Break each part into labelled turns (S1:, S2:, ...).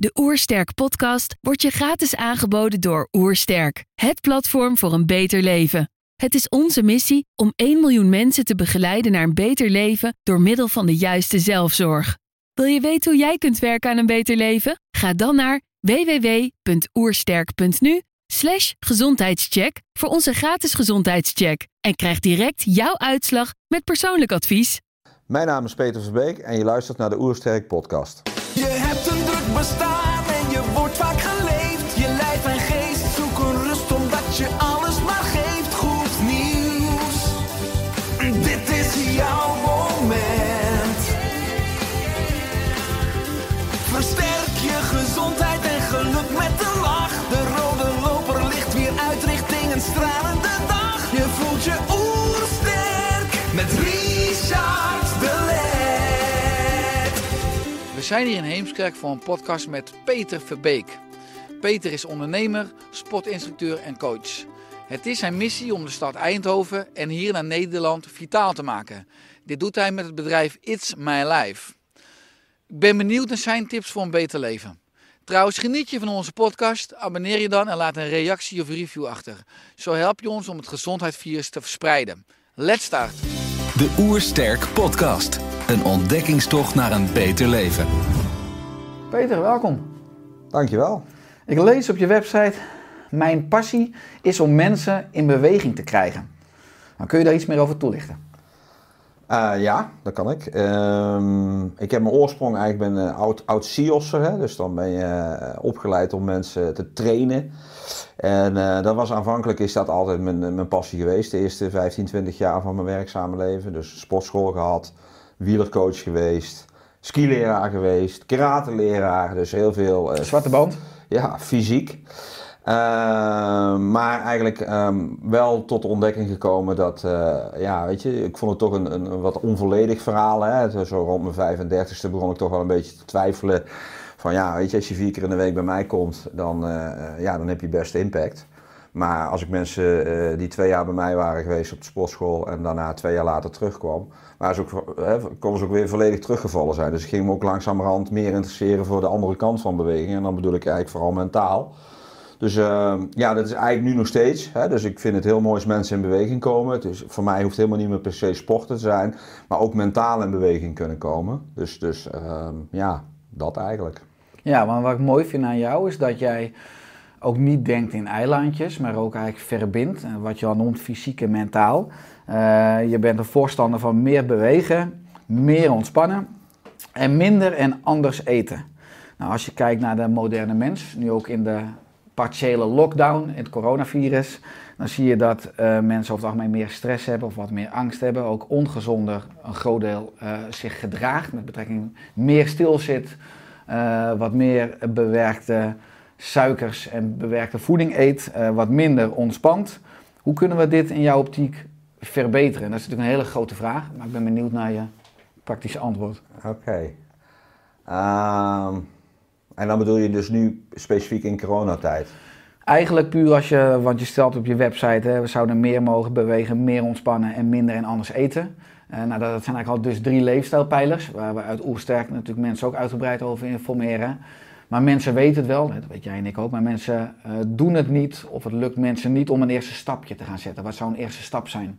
S1: De Oersterk podcast wordt je gratis aangeboden door Oersterk, het platform voor een beter leven. Het is onze missie om 1 miljoen mensen te begeleiden naar een beter leven door middel van de juiste zelfzorg. Wil je weten hoe jij kunt werken aan een beter leven? Ga dan naar www.oersterk.nu/gezondheidscheck voor onze gratis gezondheidscheck en krijg direct jouw uitslag met persoonlijk advies.
S2: Mijn naam is Peter Verbeek en je luistert naar de Oersterk podcast.
S3: Je hebt een druk bestaan en je wordt vaak geleefd. Je lijf en geest zoeken rust omdat je alles maar geeft. Goed nieuws, dit is jouw moment. Versterk je gezondheid en geluk met een lach. De rode loper ligt weer uit richting een stralende dag. Je voelt je oersterk met Richard de Let.
S4: We zijn hier in Heemskerk voor een podcast met Peter Verbeek. Peter is ondernemer, sportinstructeur en coach. Het is zijn missie om de stad Eindhoven en hier naar Nederland vitaal te maken. Dit doet hij met het bedrijf It's My Life. Ik ben benieuwd naar zijn tips voor een beter leven. Trouwens, geniet je van onze podcast? Abonneer je dan en laat een reactie of review achter. Zo help je ons om het gezondheidsvirus te verspreiden. Let's start!
S5: De Oersterk podcast. Een ontdekkingstocht naar een beter leven.
S6: Peter, welkom.
S2: Dankjewel.
S6: Ik lees op je website: mijn passie is om mensen in beweging te krijgen. Nou, kun je daar iets meer over toelichten?
S2: Ja, dat kan ik. Ik heb mijn oorsprong eigenlijk, ben oud CIOS'er, hè? Dus dan ben je opgeleid om mensen te trainen. En dat was aanvankelijk is dat altijd mijn passie geweest, de eerste 15, 20 jaar van mijn werkzame leven. Dus sportschool gehad, wielercoach geweest, skileraar geweest, karateleraar, dus heel veel...
S6: Zwarte band?
S2: Ja, fysiek. Maar eigenlijk wel tot de ontdekking gekomen dat, ja, weet je, ik vond het toch een wat onvolledig verhaal. Hè? Zo rond mijn 35e begon ik toch wel een beetje te twijfelen van, ja, weet je, als je 4 keer in de week bij mij komt, dan heb je best impact. Maar als ik mensen die 2 jaar bij mij waren geweest op de sportschool en daarna 2 jaar later terugkwam, konden ze ook weer volledig teruggevallen zijn. Dus ik ging me ook langzamerhand meer interesseren voor de andere kant van beweging. En dan bedoel ik eigenlijk vooral mentaal. Dus ja, dat is eigenlijk nu nog steeds. Hè? Dus ik vind het heel mooi als mensen in beweging komen. Dus voor mij hoeft het helemaal niet meer per se sporten te zijn, maar ook mentaal in beweging kunnen komen. Dus ja, dat eigenlijk. Ja,
S6: want wat ik mooi vind aan jou is dat jij ook niet denkt in eilandjes, maar ook eigenlijk verbindt. Wat je al noemt fysiek en mentaal. Je bent een voorstander van meer bewegen, meer ontspannen en minder en anders eten. Nou, als je kijkt naar de moderne mens, nu ook in de partiële lockdown, in het coronavirus, dan zie je dat mensen over het algemeen meer stress hebben of wat meer angst hebben. Ook ongezonder een groot deel zich gedraagt met betrekking meer stilzit, wat meer bewerkte suikers en bewerkte voeding eet, wat minder ontspant. Hoe kunnen we dit in jouw optiek verbeteren? Dat is natuurlijk een hele grote vraag, maar ik ben benieuwd naar je praktische antwoord.
S2: Oké. En dan bedoel je dus nu specifiek in coronatijd?
S6: Eigenlijk puur want je stelt op je website, hè, we zouden meer mogen bewegen, meer ontspannen en minder en anders eten. Nou, dat zijn eigenlijk al dus 3 leefstijlpijlers, waar we uit Oersterk natuurlijk mensen ook uitgebreid over informeren. Maar mensen weten het wel, dat weet jij en ik ook, maar mensen doen het niet of het lukt mensen niet om een eerste stapje te gaan zetten. Wat zou een eerste stap zijn?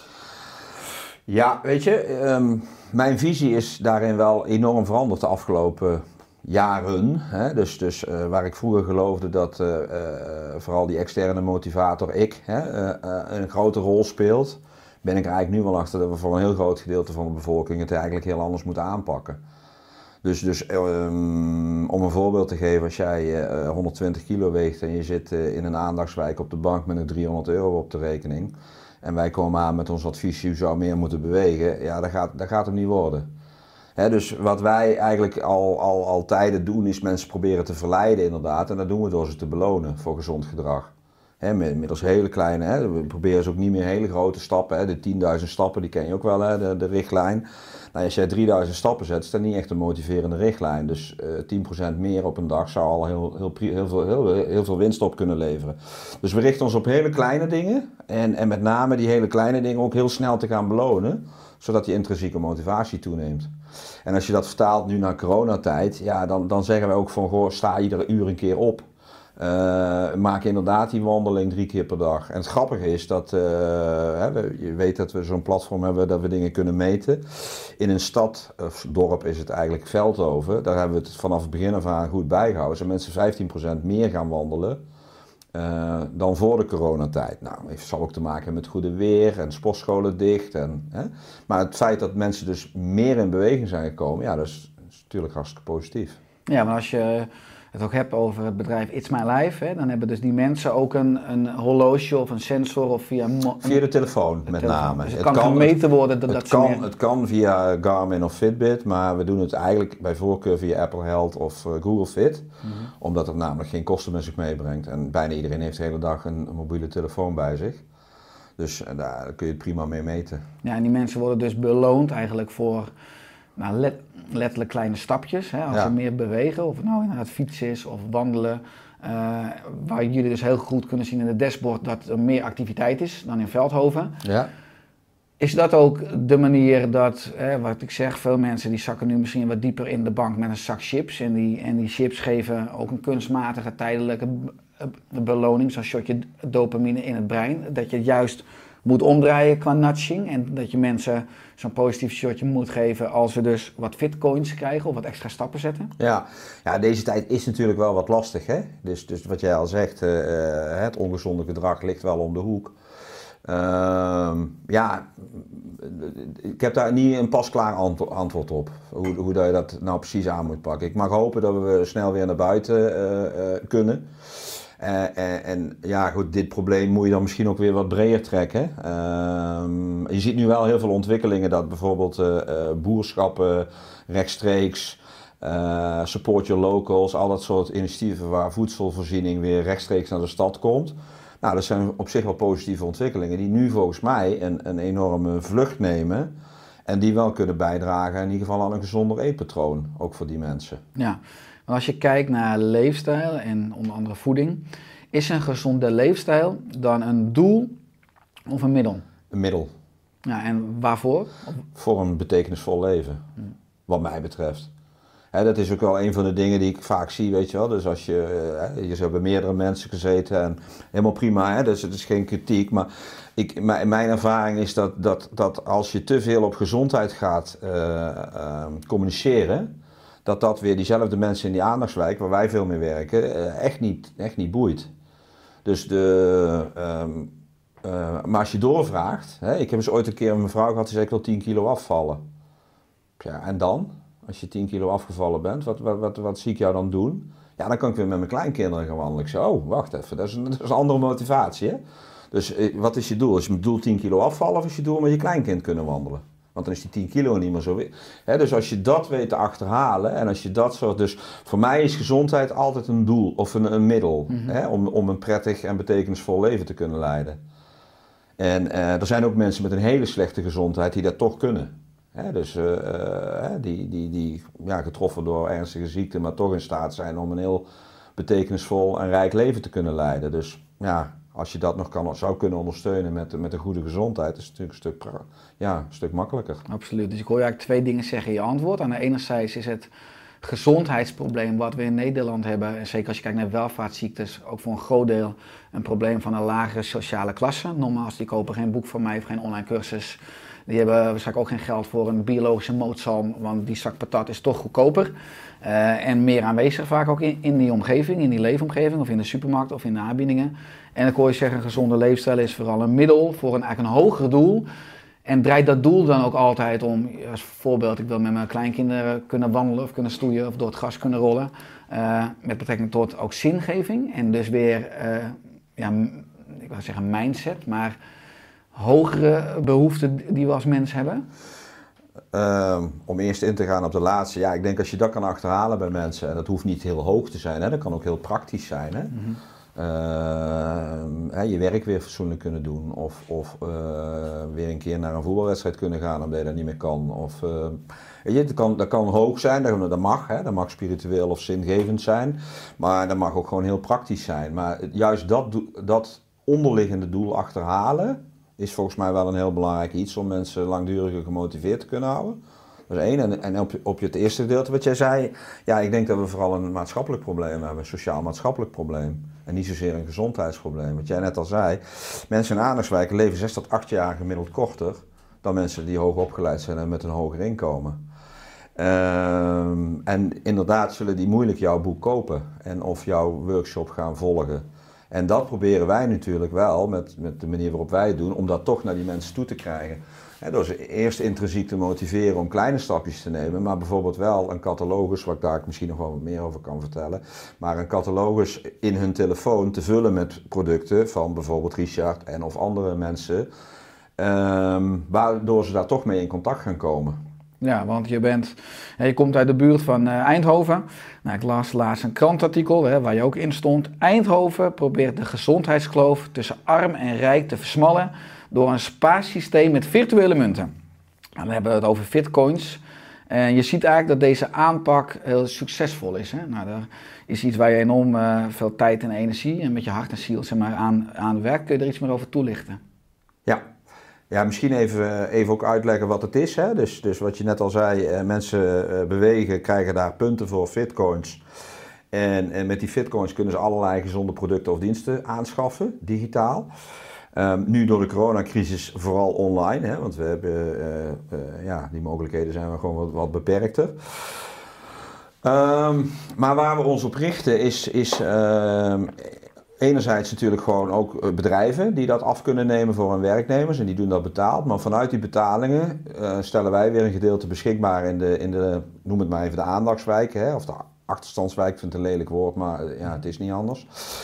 S2: Ja, weet je, mijn visie is daarin wel enorm veranderd de afgelopen jaren. Hè? Dus waar ik vroeger geloofde dat vooral die externe motivator een grote rol speelt, ben ik er eigenlijk nu wel achter dat we voor een heel groot gedeelte van de bevolking het eigenlijk heel anders moeten aanpakken. Dus om een voorbeeld te geven, als jij 120 kilo weegt en je zit in een aandachtswijk op de bank met een €300 op de rekening en wij komen aan met ons advies, je zou meer moeten bewegen, ja, dat gaat hem niet worden. Hè, dus wat wij eigenlijk al tijden doen is mensen proberen te verleiden inderdaad en dat doen we door ze te belonen voor gezond gedrag. Hè, middels hele kleine, hè, we proberen ze ook niet meer hele grote stappen, hè, de 10.000 stappen, die ken je ook wel, hè, de richtlijn. Nou, als jij 3000 stappen zet, is dat niet echt een motiverende richtlijn. Dus 10% meer op een dag zou al heel veel winst op kunnen leveren. Dus we richten ons op hele kleine dingen. En met name die hele kleine dingen ook heel snel te gaan belonen. Zodat die intrinsieke motivatie toeneemt. En als je dat vertaalt nu naar coronatijd, ja, dan zeggen we ook van, goh, sta iedere uur een keer op. Maak inderdaad die wandeling 3 keer per dag. En het grappige is dat, je weet dat we zo'n platform hebben dat we dingen kunnen meten. In een stad, of dorp is het eigenlijk Veldhoven, daar hebben we het vanaf het begin af aan goed bijgehouden. Zijn mensen 15% meer gaan wandelen dan voor de coronatijd. Nou, het zal ook te maken met goede weer en sportscholen dicht. Maar het feit dat mensen dus meer in beweging zijn gekomen, ja, dat is natuurlijk hartstikke positief.
S6: Ja, maar als je het ook hebt over het bedrijf It's My Life, hè, dan hebben dus die mensen ook een horloge of een sensor of via
S2: de telefoon met name.
S6: Dus het kan gemeten worden
S2: het kan via Garmin of Fitbit, maar we doen het eigenlijk bij voorkeur via Apple Health of Google Fit, omdat het namelijk geen kosten met zich meebrengt. En bijna iedereen heeft de hele dag een mobiele telefoon bij zich. Dus daar kun je het prima mee meten.
S6: Ja, en die mensen worden dus beloond eigenlijk voor letterlijk kleine stapjes. Hè, als ze meer bewegen, of het nou inderdaad fietsen is of wandelen. Waar jullie dus heel goed kunnen zien in het dashboard dat er meer activiteit is dan in Veldhoven.
S2: Ja.
S6: Is dat ook de manier dat, wat ik zeg, veel mensen die zakken nu misschien wat dieper in de bank met een zak chips. En die chips geven ook een kunstmatige tijdelijke beloning, zo'n shotje dopamine in het brein. Dat je het juist moet omdraaien qua nudging en dat je mensen zo'n positief shotje moet geven als ze dus wat fitcoins krijgen of wat extra stappen zetten.
S2: Ja, deze tijd is natuurlijk wel wat lastig, hè? Dus wat jij al zegt, het ongezonde gedrag ligt wel om de hoek. Ik heb daar niet een pasklaar antwoord op, hoe dat je dat nou precies aan moet pakken. Ik mag hopen dat we snel weer naar buiten kunnen. En ja, goed, dit probleem moet je dan misschien ook weer wat breder trekken. Je ziet nu wel heel veel ontwikkelingen dat bijvoorbeeld boerschappen rechtstreeks, support your locals, al dat soort initiatieven waar voedselvoorziening weer rechtstreeks naar de stad komt. Nou, dat zijn op zich wel positieve ontwikkelingen die nu volgens mij een enorme vlucht nemen en die wel kunnen bijdragen in ieder geval aan een gezonder eetpatroon, ook voor die mensen.
S6: Ja. Als je kijkt naar leefstijl en onder andere voeding, is een gezonde leefstijl dan een doel of een middel?
S2: Een middel.
S6: Ja, en waarvoor?
S2: Voor een betekenisvol leven, wat mij betreft. Dat is ook wel een van de dingen die ik vaak zie, weet je wel. Dus als je hebben meerdere mensen gezeten en helemaal prima, dus het is geen kritiek. Maar mijn ervaring is dat als je te veel op gezondheid gaat communiceren, dat weer diezelfde mensen in die aandachtswijk, waar wij veel mee werken, echt niet boeit. Dus maar als je doorvraagt, ik heb eens ooit een keer een mevrouw gehad die zei ik wil 10 kilo afvallen. Ja, en dan? Als je 10 kilo afgevallen bent, wat zie ik jou dan doen? Ja, dan kan ik weer met mijn kleinkinderen gaan wandelen. Ik zei, oh, wacht even, dat is een andere motivatie, hè? Dus wat is je doel? Is je doel 10 kilo afvallen of is je doel met je kleinkind kunnen wandelen? Want dan is die 10 kilo niet meer zo weer. Dus als je dat weet te achterhalen en als je dat soort. Dus voor mij is gezondheid altijd een doel of een middel om een prettig en betekenisvol leven te kunnen leiden. En er zijn ook mensen met een hele slechte gezondheid die dat toch kunnen. Dus die getroffen door ernstige ziekte, maar toch in staat zijn om een heel betekenisvol en rijk leven te kunnen leiden. Dus ja, als je dat nog zou kunnen ondersteunen met een goede gezondheid, is het natuurlijk een stuk makkelijker.
S6: Absoluut. Dus ik hoor je eigenlijk 2 dingen zeggen in je antwoord. Aan de ene zijde is het gezondheidsprobleem wat we in Nederland hebben, en zeker als je kijkt naar welvaartsziektes, ook voor een groot deel een probleem van een lagere sociale klasse. Nogmaals, die kopen geen boek van mij of geen online cursus. Die hebben waarschijnlijk ook geen geld voor een biologische mootzalm, want die zak patat is toch goedkoper. En meer aanwezig vaak ook in die omgeving, in die leefomgeving of in de supermarkt of in de aanbiedingen. En ik hoor je zeggen, een gezonde leefstijl is vooral een middel voor eigenlijk een hoger doel. En draait dat doel dan ook altijd om, als voorbeeld, ik wil met mijn kleinkinderen kunnen wandelen of kunnen stoeien of door het gras kunnen rollen. Met betrekking tot ook zingeving en dus weer, ik wou zeggen mindset, maar hogere behoeften die we als mens hebben?
S2: Om eerst in te gaan op de laatste, ik denk als je dat kan achterhalen bij mensen, en dat hoeft niet heel hoog te zijn, dat kan ook heel praktisch zijn. Hè? Mm-hmm. Je werk weer fatsoenlijk kunnen doen of weer een keer naar een voetbalwedstrijd kunnen gaan omdat je dat niet meer kan. Of, dat kan hoog zijn, dat mag, dat mag spiritueel of zingevend zijn, maar dat mag ook gewoon heel praktisch zijn. Maar juist dat onderliggende doel achterhalen is volgens mij wel een heel belangrijk iets om mensen langdurig gemotiveerd te kunnen houden. Dat is één. En op het eerste gedeelte wat jij zei, ja, ik denk dat we vooral een maatschappelijk probleem hebben, een sociaal-maatschappelijk probleem. En niet zozeer een gezondheidsprobleem. Wat jij net al zei, mensen in aandachtswijken leven 6 tot 8 jaar gemiddeld korter dan mensen die hoog opgeleid zijn en met een hoger inkomen. En inderdaad zullen die moeilijk jouw boek kopen en of jouw workshop gaan volgen. En dat proberen wij natuurlijk wel met de manier waarop wij het doen, om dat toch naar die mensen toe te krijgen. Door ze eerst intrinsiek te motiveren om kleine stapjes te nemen, maar bijvoorbeeld wel een catalogus, waar ik daar misschien nog wel wat meer over kan vertellen, maar een catalogus in hun telefoon te vullen met producten van bijvoorbeeld Richard en of andere mensen, waardoor ze daar toch mee in contact gaan komen.
S6: Ja, want je komt uit de buurt van Eindhoven. Nou, ik las laatst een krantartikel waar je ook in stond. Eindhoven probeert de gezondheidskloof tussen arm en rijk te versmallen door een spaarsysteem met virtuele munten. Nou, dan hebben we het over Fitcoins. En je ziet eigenlijk dat deze aanpak heel succesvol is. Hè? Nou, dat is iets waar je enorm veel tijd en energie en met je hart en ziel aan werkt. Kun je er iets meer over toelichten?
S2: Ja, misschien even ook uitleggen wat het is. Hè? Dus wat je net al zei, mensen bewegen, krijgen daar punten voor Fitcoins. En met die Fitcoins kunnen ze allerlei gezonde producten of diensten aanschaffen, digitaal. Nu door de coronacrisis vooral online, hè? Want we hebben, die mogelijkheden zijn we gewoon wat beperkter. Maar waar we ons op richten is enerzijds natuurlijk gewoon ook bedrijven die dat af kunnen nemen voor hun werknemers en die doen dat betaald. Maar vanuit die betalingen stellen wij weer een gedeelte beschikbaar in de noem het maar even de aandachtswijken, hè? Of de achterstandswijk, ik vind het een lelijk woord, maar ja, het is niet anders.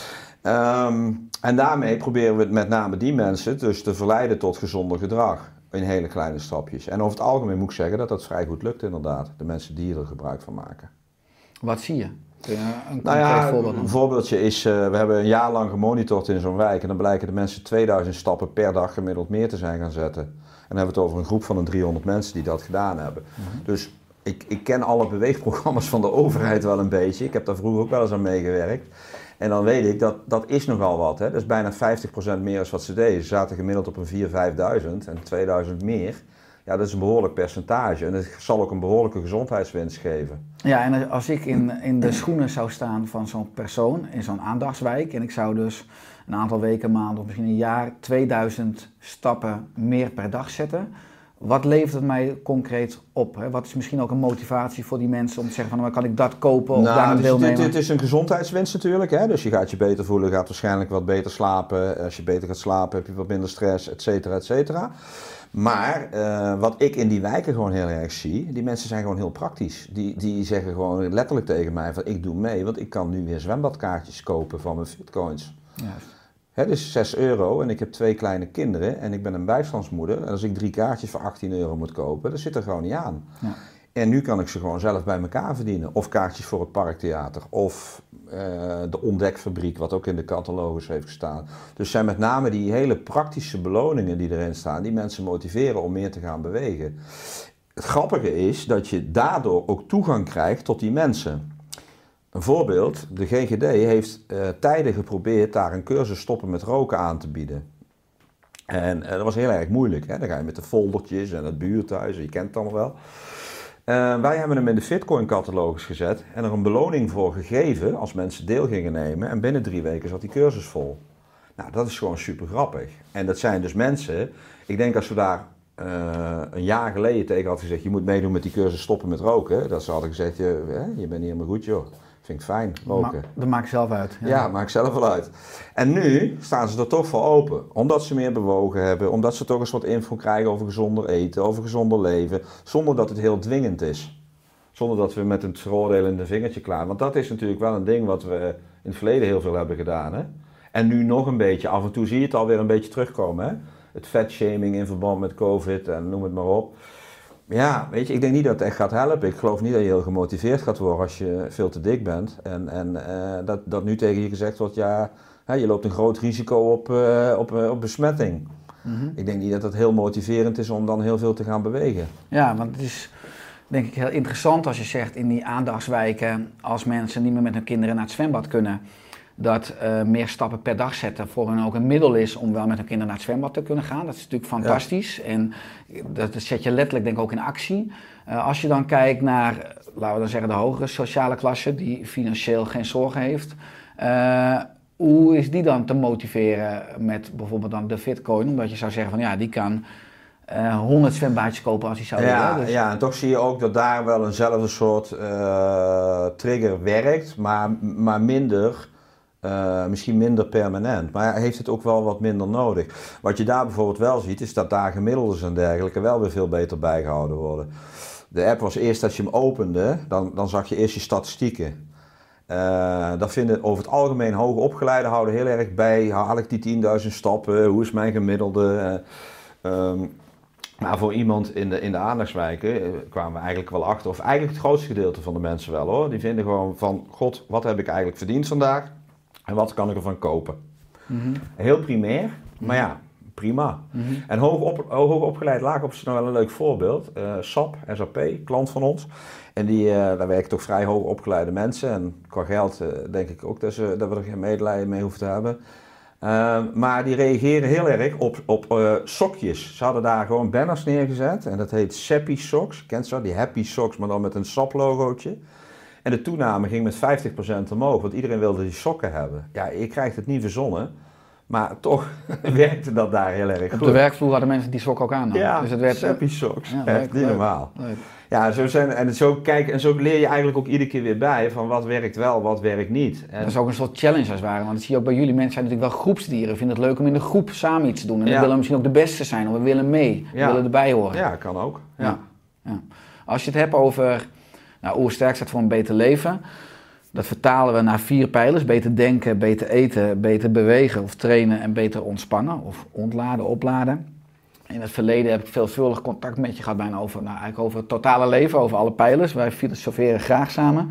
S2: En daarmee proberen we met name die mensen dus te verleiden tot gezonder gedrag in hele kleine stapjes. En over het algemeen moet ik zeggen dat dat vrij goed lukt inderdaad, de mensen die er gebruik van maken.
S6: Wat zie je? Een concreet voorbeeld?
S2: Een voorbeeldje is, we hebben een jaar lang gemonitord in zo'n wijk en dan blijken de mensen 2000 stappen per dag gemiddeld meer te zijn gaan zetten. En dan hebben we het over een groep van 300 mensen die dat gedaan hebben. Dus ik ken alle beweegprogramma's van de overheid wel een beetje. Ik heb daar vroeger ook wel eens aan meegewerkt. En dan weet ik dat is nogal wat. Hè? Dat is bijna 50% meer dan wat ze deden. Ze zaten gemiddeld op een 4.000, 5.000 en 2000 meer. Ja, dat is een behoorlijk percentage en het zal ook een behoorlijke gezondheidswinst geven.
S6: Ja, en als ik in de schoenen zou staan van zo'n persoon in zo'n aandachtswijk en ik zou dus een aantal weken, maanden of misschien een jaar 2000 stappen meer per dag zetten, wat levert het mij concreet op? Hè? Wat is misschien ook een motivatie voor die mensen om te zeggen van, nou, kan ik dat kopen of daar aan deelnemen?
S2: Dit is een gezondheidswinst natuurlijk, hè? Dus je gaat je beter voelen, gaat waarschijnlijk wat beter slapen. Als je beter gaat slapen heb je wat minder stress, et cetera, et cetera. Maar wat ik in die wijken gewoon heel erg zie, die mensen zijn gewoon heel praktisch. Die zeggen gewoon letterlijk tegen mij van ik doe mee, want ik kan nu weer zwembadkaartjes kopen van mijn Fitcoins.
S6: Juist.
S2: Hè, dus €6 en ik heb 2 kleine kinderen en ik ben een bijstandsmoeder. En als ik 3 kaartjes voor €18 moet kopen, dat zit er gewoon niet aan. Ja. En nu kan ik ze gewoon zelf bij elkaar verdienen. Of kaartjes voor het Parktheater. Of de Ontdekfabriek, wat ook in de catalogus heeft gestaan. Dus zijn met name die hele praktische beloningen die erin staan, die mensen motiveren om meer te gaan bewegen. Het grappige is dat je daardoor ook toegang krijgt tot die mensen. Een voorbeeld, de GGD heeft tijden geprobeerd daar een cursus stoppen met roken aan te bieden. En dat was heel erg moeilijk. Hè? Dan ga je met de foldertjes en het buurthuis, je kent het allemaal wel. Wij hebben hem in de Fitcoin-catalogus gezet en er een beloning voor gegeven als mensen deel gingen nemen. En binnen 3 weken zat die cursus vol. Nou, dat is gewoon super grappig. En dat zijn dus mensen, ik denk als we daar een jaar geleden tegen hadden gezegd, je moet meedoen met die cursus stoppen met roken. Dat ze hadden gezegd, je bent niet helemaal goed joh. Vind ik fijn, roken.
S6: Dat maakt zelf uit.
S2: Ja, maakt zelf wel uit. En nu staan ze er toch voor open. Omdat ze meer bewogen hebben. Omdat ze toch eens wat info krijgen over gezonder eten. Over gezonder leven. Zonder dat het heel dwingend is. Zonder dat we met een veroordelende vingertje klaar. Want dat is natuurlijk wel een ding wat we in het verleden heel veel hebben gedaan. Hè? En nu nog een beetje. Af en toe zie je het alweer een beetje terugkomen. Hè? Het fatshaming in verband met COVID en noem het maar op. Ja, weet je, ik denk niet dat het echt gaat helpen. Ik geloof niet dat je heel gemotiveerd gaat worden als je veel te dik bent. En dat nu tegen je gezegd wordt, ja, je loopt een groot risico op besmetting. Mm-hmm. Ik denk niet dat het heel motiverend is om dan heel veel te gaan bewegen.
S6: Ja, want het is denk ik heel interessant als je zegt in die aandachtswijken, als mensen niet meer met hun kinderen naar het zwembad kunnen, dat meer stappen per dag zetten voor hen ook een middel is om wel met hun kinderen naar het zwembad te kunnen gaan. Dat is natuurlijk fantastisch en dat zet je letterlijk denk ik ook in actie. Als je dan kijkt naar, laten we dan zeggen, de hogere sociale klasse die financieel geen zorgen heeft. Hoe is die dan te motiveren met bijvoorbeeld dan de Fitcoin? Omdat je zou zeggen van ja, die kan 100 zwembadjes kopen als hij zou willen. Dus...
S2: Ja, en toch zie je ook dat daar wel eenzelfde soort trigger werkt, maar minder, misschien minder permanent. Maar heeft het ook wel wat minder nodig. Wat je daar bijvoorbeeld wel ziet, is dat daar gemiddeldes en dergelijke wel weer veel beter bijgehouden worden. De app was eerst, als je hem opende, dan zag je eerst je statistieken. Dat vinden over het algemeen hoge opgeleiden houden heel erg bij. Haal ik die 10.000 stappen? Hoe is mijn gemiddelde? Maar voor iemand in de aandachtswijken kwamen we eigenlijk wel achter, of eigenlijk het grootste gedeelte van de mensen wel hoor. Die vinden gewoon van, god, wat heb ik eigenlijk verdiend vandaag? En wat kan ik ervan kopen? Mm-hmm. Heel primair, maar ja, prima. Mm-hmm. En hoog opgeleid, laag op is nou wel een leuk voorbeeld. SAP, klant van ons. En daar werken toch vrij hoog opgeleide mensen. En qua geld denk ik ook dat we er geen medelijden mee hoeven te hebben. Maar die reageren heel erg op sokjes. Ze hadden daar gewoon banners neergezet. En dat heet Sappy Socks. Je kent ze, die Happy Socks, maar dan met een SAP-logootje. En de toename ging met 50% omhoog. Want iedereen wilde die sokken hebben. Ja, je krijgt het niet verzonnen. Maar toch werkte dat daar heel erg goed.
S6: Op de werkvloer hadden mensen die sokken ook aan.
S2: Ja, dus het werd Sappy Socks. Ja, echt niet normaal. Leuk. Ja, zo leer je eigenlijk ook iedere keer weer bij van wat werkt wel, wat werkt niet. En
S6: dat is ook een soort challenge als het ware, want dat zie je ook bij jullie. Mensen zijn natuurlijk wel groepsdieren, vinden het leuk om in de groep samen iets te doen. En we willen misschien ook de beste zijn, of we willen mee, we willen erbij horen.
S2: Ja, kan ook.
S6: Ja. Als je het hebt over, Oersterk staat voor een beter leven. Dat vertalen we naar 4 pijlers. Beter denken, beter eten, beter bewegen of trainen en beter ontspannen of ontladen, opladen. In het verleden heb ik veelvuldig contact met je gehad bijna over het totale leven, over alle pijlers. Wij filosoferen graag samen.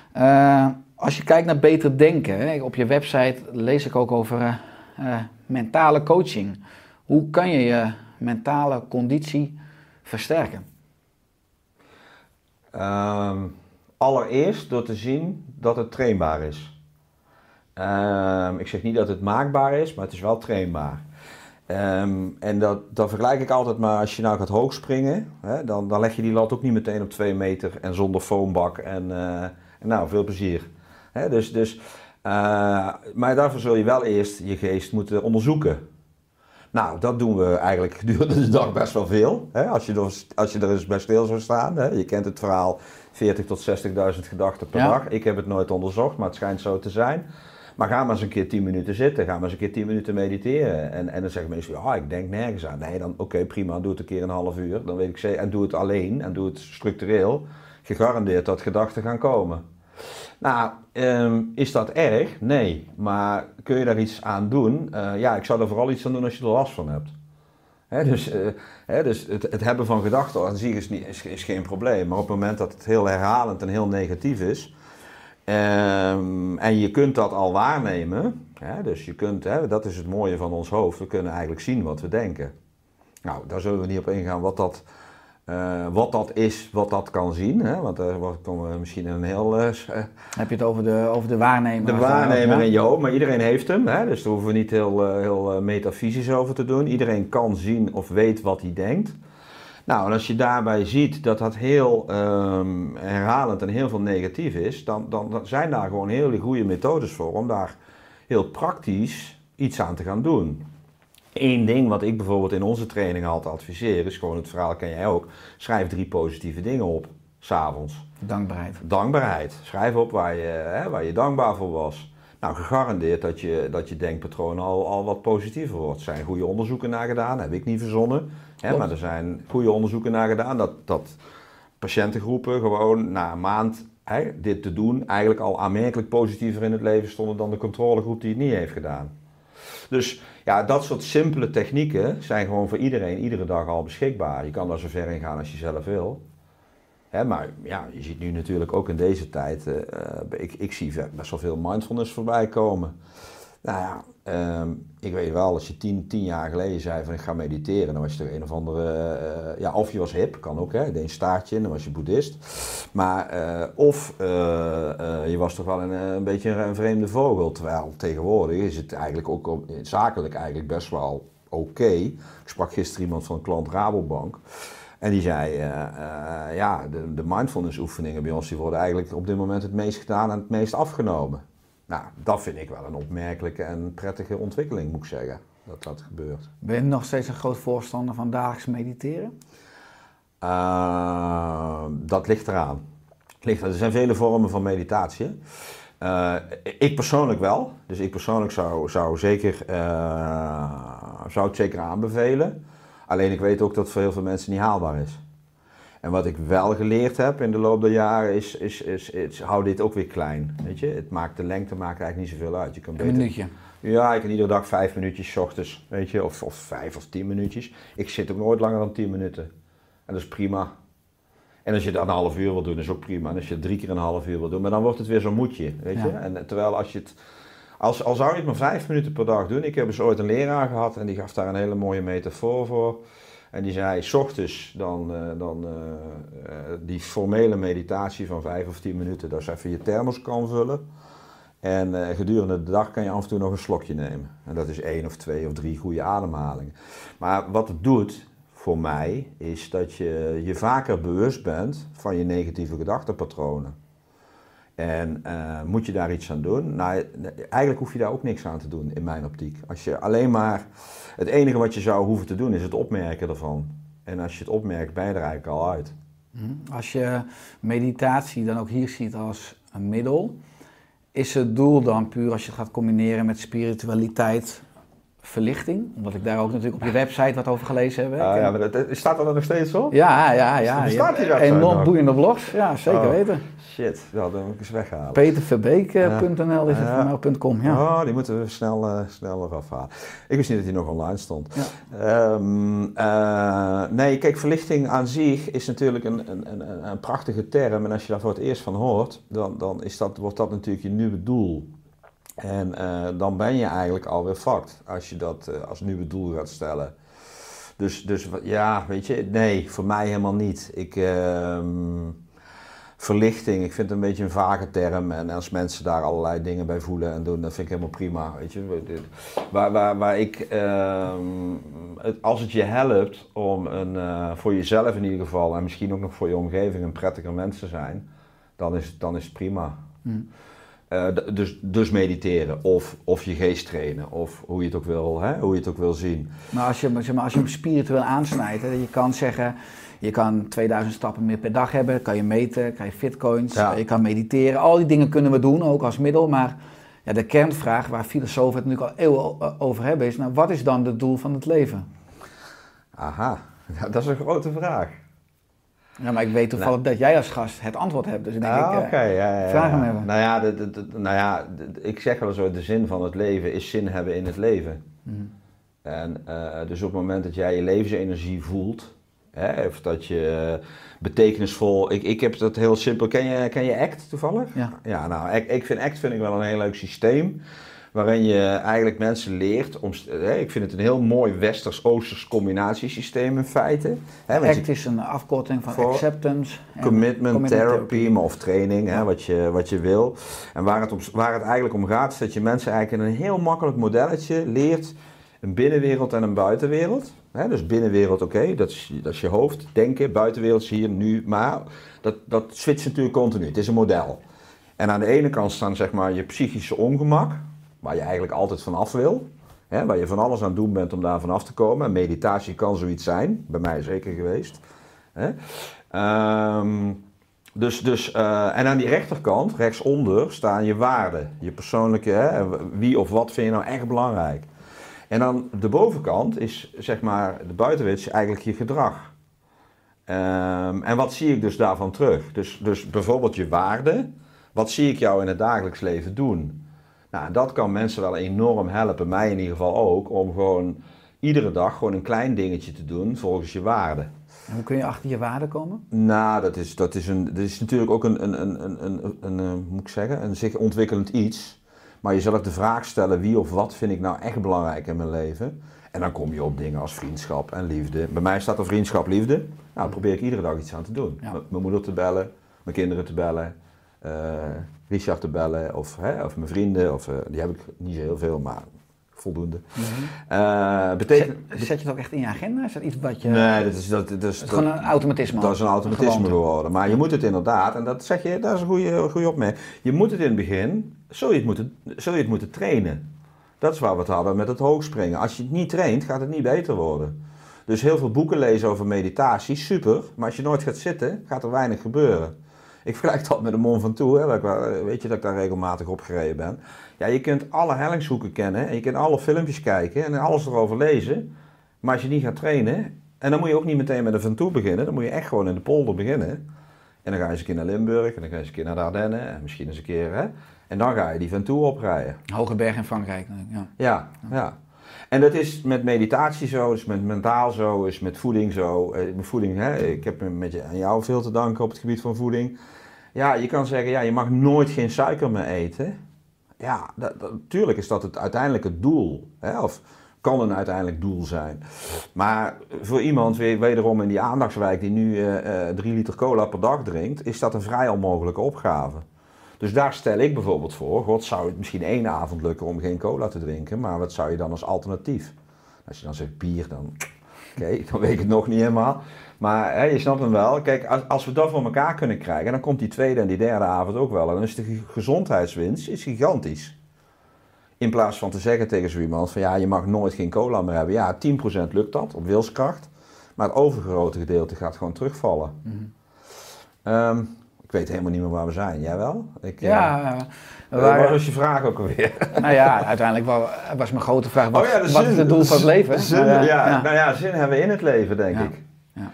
S6: Als je kijkt naar beter denken, op je website lees ik ook over mentale coaching. Hoe kan je je mentale conditie versterken?
S2: Allereerst door te zien dat het trainbaar is. Ik zeg niet dat het maakbaar is, maar het is wel trainbaar. En dat vergelijk ik altijd maar als je nou gaat hoogspringen, hè, dan leg je die lat ook niet meteen op 2 meter en zonder foambak en veel plezier. Hè, maar daarvoor zul je wel eerst je geest moeten onderzoeken. Nou, dat doen we eigenlijk gedurende de dag best wel veel. Hè, als je er eens bij stil zou staan. Hè. Je kent het verhaal 40.000 tot 60.000 gedachten per dag. Ik heb het nooit onderzocht, maar het schijnt zo te zijn. Maar ga maar eens een keer 10 minuten zitten, ga maar eens een keer 10 minuten mediteren. En dan zeggen mensen, ik denk nergens aan. Nee, dan oké, prima, doe het een keer een half uur. Dan weet ik zeker, en doe het alleen en doe het structureel. Gegarandeerd dat gedachten gaan komen. Nou, is dat erg? Nee. Maar kun je daar iets aan doen? Ik zou er vooral iets aan doen als je er last van hebt. Dus het hebben van gedachten aan zich is geen probleem. Maar op het moment dat het heel herhalend en heel negatief is... en je kunt dat al waarnemen, dus je kunt, dat is het mooie van ons hoofd, we kunnen eigenlijk zien wat we denken. Nou, daar zullen we niet op ingaan wat dat is, wat dat kan zien, want daar komen we misschien in een heel...
S6: Heb je het over de waarnemer?
S2: De waarnemer in je hoofd, maar iedereen heeft hem, dus daar hoeven we niet heel metafysisch over te doen. Iedereen kan zien of weet wat hij denkt. Nou, en als je daarbij ziet dat dat heel herhalend en heel veel negatief is, dan zijn daar gewoon hele goede methodes voor om daar heel praktisch iets aan te gaan doen. Eén ding wat ik bijvoorbeeld in onze training altijd adviseer, is gewoon het verhaal, ken jij ook, schrijf 3 positieve dingen op, 's avonds. Dankbaarheid. Schrijf op waar je dankbaar voor was. Nou, gegarandeerd dat je denkpatroon al wat positiever wordt. Er zijn goede onderzoeken naar gedaan, heb ik niet verzonnen. Maar er zijn goede onderzoeken naar gedaan dat patiëntengroepen gewoon na een maand dit te doen eigenlijk al aanmerkelijk positiever in het leven stonden dan de controlegroep die het niet heeft gedaan. Dus ja, dat soort simpele technieken zijn gewoon voor iedereen iedere dag al beschikbaar. Je kan daar zo ver in gaan als je zelf wil. Maar ja, je ziet nu natuurlijk ook in deze tijd, ik zie best wel veel mindfulness voorbij komen. Nou ja, ik weet wel, als je 10 jaar geleden zei van ik ga mediteren, dan was je toch een of andere, of je was hip, kan ook, hè, je deed een staartje in, dan was je boeddhist. Maar, je was toch wel een beetje een vreemde vogel, terwijl tegenwoordig is het eigenlijk ook zakelijk eigenlijk best wel oké. Ik sprak gisteren iemand van een klant Rabobank. En die zei, de mindfulness oefeningen bij ons die worden eigenlijk op dit moment het meest gedaan en het meest afgenomen. Nou, dat vind ik wel een opmerkelijke en prettige ontwikkeling, moet ik zeggen, dat dat gebeurt.
S6: Ben je nog steeds een groot voorstander van dagelijks mediteren?
S2: Dat ligt eraan. Er zijn vele vormen van meditatie. Ik persoonlijk wel. Dus ik persoonlijk zou het zeker aanbevelen. Alleen ik weet ook dat het voor heel veel mensen niet haalbaar is. En wat ik wel geleerd heb in de loop der jaren is hou dit ook weer klein. Weet je? De lengte maakt eigenlijk niet zoveel uit. Je kan beter,
S6: een minuutje.
S2: Ja, ik kan iedere dag 5 minuutjes 's ochtends, weet je, of 5 of 10 minuutjes. Ik zit ook nooit langer dan 10 minuten. En dat is prima. En als je dat een half uur wil doen, is ook prima. En als je het 3 keer een half uur wil doen, maar dan wordt het weer zo'n moedje, weet je. En terwijl als je het... Al zou je het maar 5 minuten per dag doen. Ik heb dus ooit een leraar gehad en die gaf daar een hele mooie metafoor voor. En die zei, 's ochtends die formele meditatie van 5 of 10 minuten, dat is even je thermos kan vullen. En gedurende de dag kan je af en toe nog een slokje nemen. En dat is 1 of 2 of 3 goede ademhalingen. Maar wat het doet voor mij, is dat je je vaker bewust bent van je negatieve gedachtenpatronen. En moet je daar iets aan doen? Nou, eigenlijk hoef je daar ook niks aan te doen, in mijn optiek. Als je alleen maar... Het enige wat je zou hoeven te doen, is het opmerken ervan. En als je het opmerkt, ben je er eigenlijk al uit.
S6: Als je meditatie dan ook hier ziet als een middel, is het doel dan puur als je het gaat combineren met spiritualiteit, verlichting? Omdat ik daar ook natuurlijk op je website wat over gelezen heb.
S2: Ja, maar staat dat er nog steeds op?
S6: Ja.
S2: Bestaat die website
S6: enorm
S2: nog?
S6: boeiende blogs, ja, zeker weten.
S2: Shit, dat moet ik eens weghalen.
S6: Peterverbeek.nl is het voor mij, .com, ja.
S2: Oh, die moeten we snel eraf halen. Ik wist niet dat die nog online stond.
S6: Ja.
S2: Nee, kijk, verlichting aan zich is natuurlijk een prachtige term. En als je daar voor het eerst van hoort, dan wordt dat natuurlijk je nieuwe doel. En dan ben je eigenlijk alweer fucked als je dat als nieuwe doel gaat stellen. Dus ja, weet je, nee, voor mij helemaal niet. Verlichting, ik vind het een beetje een vage term. En als mensen daar allerlei dingen bij voelen en doen, dat vind ik helemaal prima. Weet je. Als het je helpt om voor jezelf in ieder geval, en misschien ook nog voor je omgeving, een prettiger mens te zijn, dan is het prima. Dus mediteren of je geest trainen of hoe je het ook wil zien.
S6: Maar als je hem spiritueel aansnijdt, hè, je kan zeggen, je kan 2000 stappen meer per dag hebben, kan je meten, krijg je fitcoins, je kan mediteren. Al die dingen kunnen we doen, ook als middel. Maar ja, de kernvraag waar filosofen het natuurlijk al eeuwen over hebben is, nou, wat is dan het doel van het leven?
S2: Aha, dat is een grote vraag.
S6: Ja, maar ik weet toevallig dat jij als gast het antwoord hebt, dus ik denk vraag hem even.
S2: Ik zeg wel zo, de zin van het leven is zin hebben in het leven. En dus op het moment dat jij je levensenergie voelt, of dat je betekenisvol... Ik heb dat heel simpel, ken je ACT toevallig? Ja, nou, ik vind wel een heel leuk systeem, waarin je eigenlijk mensen leert om... Ik vind het een heel mooi westers-oosters combinatiesysteem in feite.
S6: ACT is een afkorting van acceptance.
S2: Commitment therapy, of training, wat je wil. En waar het eigenlijk om gaat, is dat je mensen eigenlijk in een heel makkelijk modelletje leert een binnenwereld en een buitenwereld. Dus binnenwereld, oké, dat is je hoofd, denken, buitenwereld is hier, nu, maar dat switcht natuurlijk continu. Het is een model. En aan de ene kant staan zeg maar je psychische ongemak, waar je eigenlijk altijd van af wil. Waar je van alles aan het doen bent om daar vanaf te komen. En meditatie kan zoiets zijn, bij mij zeker geweest. En aan die rechterkant, rechtsonder, staan je waarden. Je persoonlijke, wie of wat vind je nou echt belangrijk. En dan de bovenkant is, zeg maar, de buitenwereld is eigenlijk je gedrag. En wat zie ik dus daarvan terug? Dus bijvoorbeeld je waarden. Wat zie ik jou in het dagelijks leven doen? Nou, dat kan mensen wel enorm helpen, mij in ieder geval ook, om gewoon iedere dag gewoon een klein dingetje te doen volgens je waarden.
S6: En hoe kun je achter je waarden komen?
S2: Nou, dat is natuurlijk ook een zich ontwikkelend iets. Maar jezelf de vraag stellen, wie of wat vind ik nou echt belangrijk in mijn leven? En dan kom je op dingen als vriendschap en liefde. Bij mij staat er vriendschap, liefde. Nou, daar probeer ik iedere dag iets aan te doen.
S6: Ja.
S2: Mijn moeder te bellen, mijn kinderen te bellen, Richard te bellen of mijn vrienden. Die heb ik niet zo heel veel, maar voldoende.
S6: Zet je het ook echt in je agenda? Is dat iets wat je...
S2: Nee,
S6: Het is gewoon een automatisme.
S2: Dat is een automatisme
S6: gewoonte.
S2: geworden. Maar je moet het inderdaad, en dat zeg je, dat is een goede opmerking. Je moet het in het begin, zul je het moeten trainen. Dat is waar we het hadden met het hoogspringen. Als je het niet traint, gaat het niet beter worden. Dus heel veel boeken lezen over meditatie, super. Maar als je nooit gaat zitten, gaat er weinig gebeuren. Ik vergelijk dat met de Mont Ventoux, hè, weet je dat ik daar regelmatig op gereden ben. Ja, je kunt alle hellingshoeken kennen en je kunt alle filmpjes kijken en alles erover lezen. Maar als je niet gaat trainen, en dan moet je ook niet meteen met de Ventoux beginnen, dan moet je echt gewoon in de polder beginnen. En dan ga je eens een keer naar Limburg en dan ga je eens een keer naar de Ardennen en misschien eens een keer, hè. En dan ga je die Ventoux oprijden.
S6: Hoge berg in Frankrijk. Ja.
S2: Ja. En dat is met meditatie zo, is met mentaal zo, is met voeding zo. Met voeding, hè, ik heb aan jou veel te danken op het gebied van voeding. Ja, je kan zeggen, ja, je mag nooit geen suiker meer eten. Ja, natuurlijk is dat het uiteindelijke doel. Hè, of kan een uiteindelijk doel zijn. Maar voor iemand, wederom in die aandachtswijk die nu 3 liter cola per dag drinkt, is dat een vrij onmogelijke opgave. Dus daar stel ik bijvoorbeeld voor, god, zou het misschien 1 avond lukken om geen cola te drinken, maar wat zou je dan als alternatief? Als je dan zegt bier, dan dan weet ik het nog niet helemaal. Maar je snapt hem wel. Kijk, als we dat voor elkaar kunnen krijgen, dan komt die tweede en die derde avond ook wel. En dan is de gezondheidswinst gigantisch. In plaats van te zeggen tegen zo iemand van ja, je mag nooit geen cola meer hebben. Ja, 10% lukt dat op wilskracht. Maar het overgrote gedeelte gaat gewoon terugvallen. Ik weet helemaal niet meer waar we zijn. Jij wel? Wat was je vraag ook alweer?
S6: Nou ja, uiteindelijk was mijn grote vraag, wat is het doel van het leven?
S2: Zin hebben we in het leven, denk ik.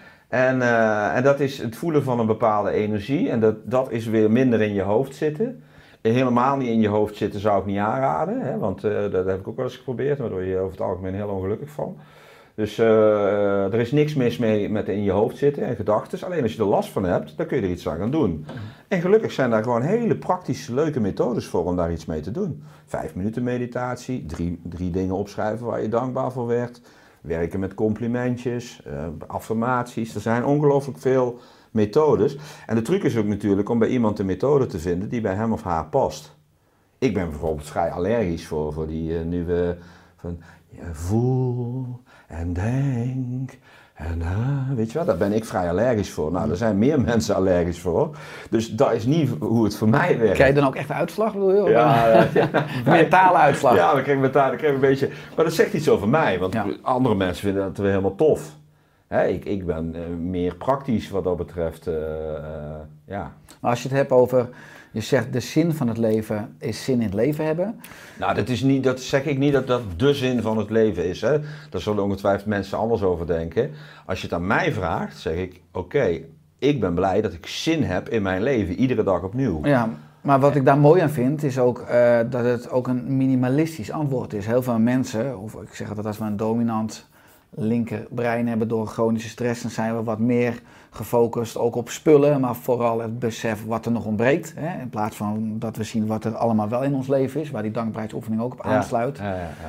S2: Ja. En dat is het voelen van een bepaalde energie. En dat is weer minder in je hoofd zitten. Helemaal niet in je hoofd zitten zou ik niet aanraden. Hè, want dat heb ik ook wel eens geprobeerd. Daar word je over het algemeen heel ongelukkig van. Dus er is niks mis mee met in je hoofd zitten en gedachten. Alleen als je er last van hebt, dan kun je er iets aan gaan doen. En gelukkig zijn daar gewoon hele praktische, leuke methodes voor om daar iets mee te doen. 5 minuten meditatie, 3 dingen opschrijven waar je dankbaar voor werd. Werken met complimentjes, affirmaties. Er zijn ongelooflijk veel methodes. En de truc is ook natuurlijk om bij iemand een methode te vinden die bij hem of haar past. Ik ben bijvoorbeeld vrij allergisch voor die nieuwe van voel en denk en weet je wel, daar ben ik vrij allergisch voor. Nou, er zijn meer mensen allergisch voor. Dus dat is niet hoe het voor mij werkt.
S6: Krijg je dan ook echt uitslag, bedoel je?
S2: Ja.
S6: Mentale uitslag.
S2: Ja, dan krijg ik een beetje. Maar dat zegt iets over mij, want andere mensen vinden dat weer helemaal tof. Ik ben meer praktisch wat dat betreft.
S6: Maar als je het hebt over, je zegt de zin van het leven is zin in het leven hebben.
S2: Nou, dat zeg ik niet dat de zin van het leven is. Hè. Daar zullen ongetwijfeld mensen anders over denken. Als je het aan mij vraagt, zeg ik, oké, ik ben blij dat ik zin heb in mijn leven, iedere dag opnieuw.
S6: Ja, maar wat ik daar mooi aan vind, is ook dat het ook een minimalistisch antwoord is. Heel veel mensen, of ik zeg dat als we een dominant linkerbrein hebben door chronische stress, dan zijn we wat meer gefocust ook op spullen, maar vooral het besef wat er nog ontbreekt. Hè? In plaats van dat we zien wat er allemaal wel in ons leven is, waar die dankbaarheidsoefening ook op aansluit.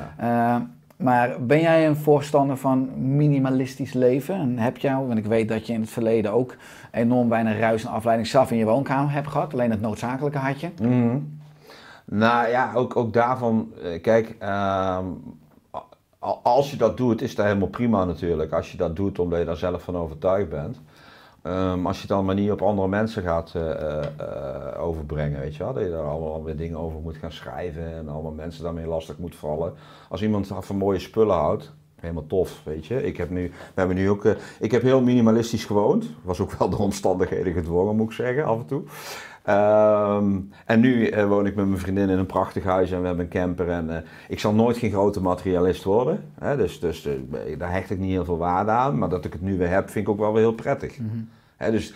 S6: Maar ben jij een voorstander van minimalistisch leven? En heb jij, want ik weet dat je in het verleden ook enorm weinig ruis en afleiding zelf in je woonkamer hebt gehad, alleen het noodzakelijke had je.
S2: Nou ja, ook daarvan, kijk, als je dat doet, is dat helemaal prima natuurlijk. Als je dat doet omdat je daar zelf van overtuigd bent. Als je het dan maar niet op andere mensen gaat overbrengen, weet je wel. Dat je daar allemaal weer dingen over moet gaan schrijven en allemaal mensen daarmee lastig moet vallen. Als iemand van mooie spullen houdt, helemaal tof, weet je. Ik heb heel minimalistisch gewoond. Was ook wel door omstandigheden gedwongen, moet ik zeggen, af en toe. En nu woon ik met mijn vriendin in een prachtig huis en we hebben een camper en ik zal nooit geen grote materialist worden. Hè? Dus daar hecht ik niet heel veel waarde aan, maar dat ik het nu weer heb vind ik ook wel weer heel prettig. Hè? Dus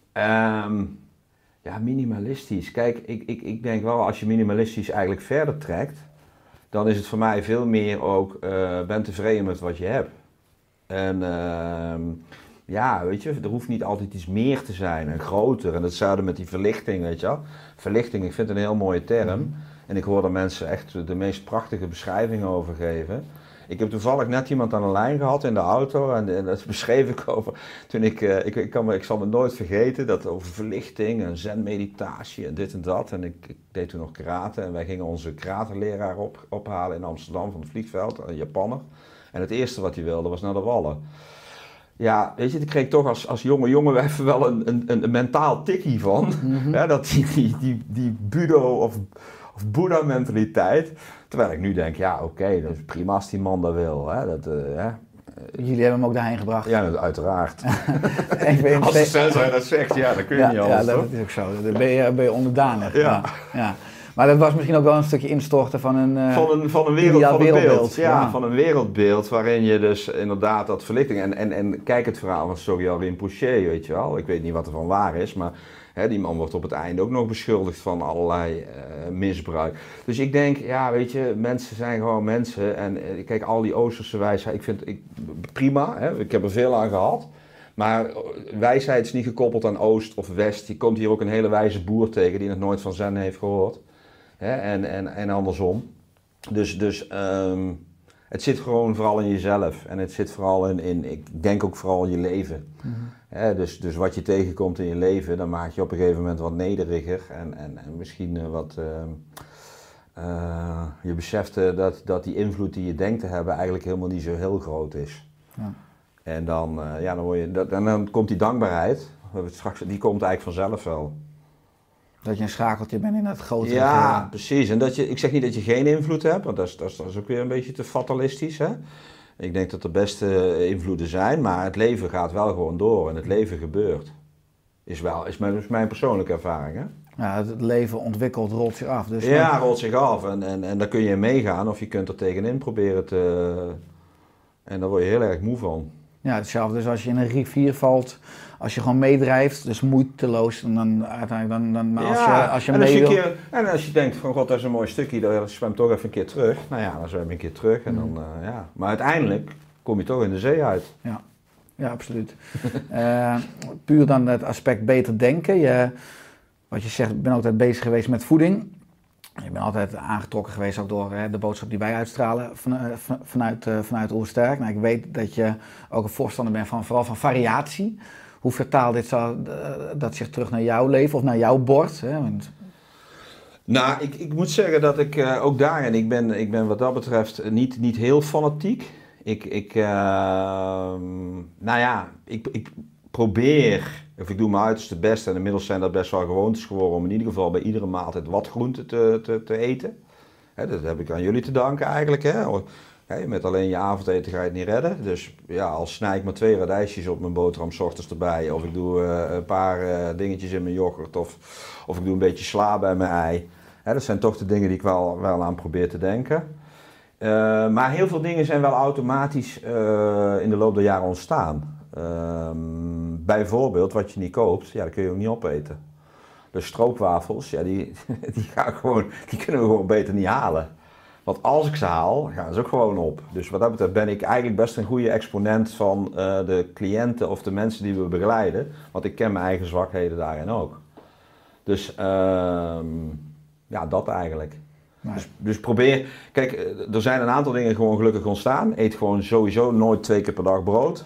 S2: minimalistisch. Kijk, ik denk wel als je minimalistisch eigenlijk verder trekt, dan is het voor mij veel meer ook ben tevreden met wat je hebt. En weet je, er hoeft niet altijd iets meer te zijn en groter. En hetzelfde met die verlichting, weet je wel. Verlichting, ik vind het een heel mooie term. En ik hoor daar mensen echt de meest prachtige beschrijvingen over geven. Ik heb toevallig net iemand aan de lijn gehad in de auto en dat beschreef ik over. Toen ik zal me nooit vergeten, dat over verlichting en zen-meditatie en dit en dat. En ik deed toen nog karate en wij gingen onze karateleraar ophalen in Amsterdam van het vliegveld, een Japanner. En het eerste wat hij wilde was naar de Wallen. Ja, weet je, ik kreeg toch als jonge jongen even wel een mentaal tikkie van. Ja, dat die budo of Boeddha mentaliteit. Terwijl ik nu denk, ja oké, dat is prima als die man dat wil. Hè?
S6: Jullie hebben hem ook daarheen gebracht.
S2: Ja, uiteraard.
S6: Als
S2: de sensor dat zegt, ja, dan kun je niet anders.
S6: Ja, dat is ook zo. Dan ben je onderdanig. Ja. Maar dat was misschien ook wel een stukje instorten van een
S2: wereldbeeld. Ja, van een wereldbeeld waarin je dus inderdaad dat verlichting... En kijk het verhaal van Sogyal Rinpoche, weet je wel. Ik weet niet wat er van waar is, maar die man wordt op het einde ook nog beschuldigd van allerlei misbruik. Dus ik denk, ja, weet je, mensen zijn gewoon mensen. En kijk, al die Oosterse wijsheid, ik vind prima. Hè, ik heb er veel aan gehad. Maar wijsheid is niet gekoppeld aan Oost of West. Je komt hier ook een hele wijze boer tegen die nog nooit van Zen heeft gehoord. En andersom. Dus het zit gewoon vooral in jezelf. En het zit vooral in ik denk ook vooral in je leven. Mm-hmm. Dus wat je tegenkomt in je leven, dan maak je op een gegeven moment wat nederiger. En misschien wat... je beseft dat die invloed die je denkt te hebben eigenlijk helemaal niet zo heel groot is. Ja. En dan komt die dankbaarheid. Die komt eigenlijk vanzelf wel.
S6: Dat je een schakeltje bent in het grotere.
S2: Ja, precies. En ik zeg niet dat je geen invloed hebt, want dat is ook weer een beetje te fatalistisch. Hè? Ik denk dat er beste invloeden zijn, maar het leven gaat wel gewoon door en het leven gebeurt. Is mijn persoonlijke ervaring. Hè?
S6: Ja, het leven ontwikkelt, rolt zich af. Dus
S2: rolt zich af en daar kun je in meegaan of je kunt er tegenin proberen te... En daar word je heel erg moe van.
S6: Ja, hetzelfde. Dus als je in een rivier valt, als je gewoon meedrijft, dus moeiteloos, en dan uiteindelijk
S2: En als je denkt van god, dat is een mooi stukje, dan zwem toch even een keer terug. Nou ja, dan zwem je een keer terug en dan, Maar uiteindelijk kom je toch in de zee uit.
S6: Ja, absoluut. Puur dan het aspect beter denken. Wat je zegt, ik ben altijd bezig geweest met voeding. Je bent altijd aangetrokken geweest ook door de boodschap die wij uitstralen vanuit Oersterk. Nou, ik weet dat je ook een voorstander bent vooral van variatie. Hoe vertaalt dat zich terug naar jouw leven of naar jouw bord? Hè?
S2: Nou, ik moet zeggen dat ik ook daarin, ik ben wat dat betreft niet heel fanatiek. Ik probeer, of ik doe mijn uiterste best en inmiddels zijn dat best wel gewoontes geworden om in ieder geval bij iedere maaltijd wat groente te eten. Dat heb ik aan jullie te danken eigenlijk. Met alleen je avondeten ga je het niet redden. Dus ja, al snij ik maar 2 radijsjes op mijn boterham 's ochtends erbij. Of ik doe een paar dingetjes in mijn yoghurt. Of ik doe een beetje sla bij mijn ei. Dat zijn toch de dingen die ik wel aan probeer te denken. Maar heel veel dingen zijn wel automatisch in de loop der jaren ontstaan. Bijvoorbeeld wat je niet koopt, dat kun je ook niet opeten. Dus stroopwafels, die kunnen we gewoon beter niet halen. Want als ik ze haal, gaan ze ook gewoon op. Dus wat dat betreft ben ik eigenlijk best een goede exponent van de cliënten of de mensen die we begeleiden. Want ik ken mijn eigen zwakheden daarin ook. Dus dat eigenlijk. Dus probeer, kijk, er zijn een aantal dingen gewoon gelukkig ontstaan. Eet gewoon sowieso nooit 2 keer per dag brood.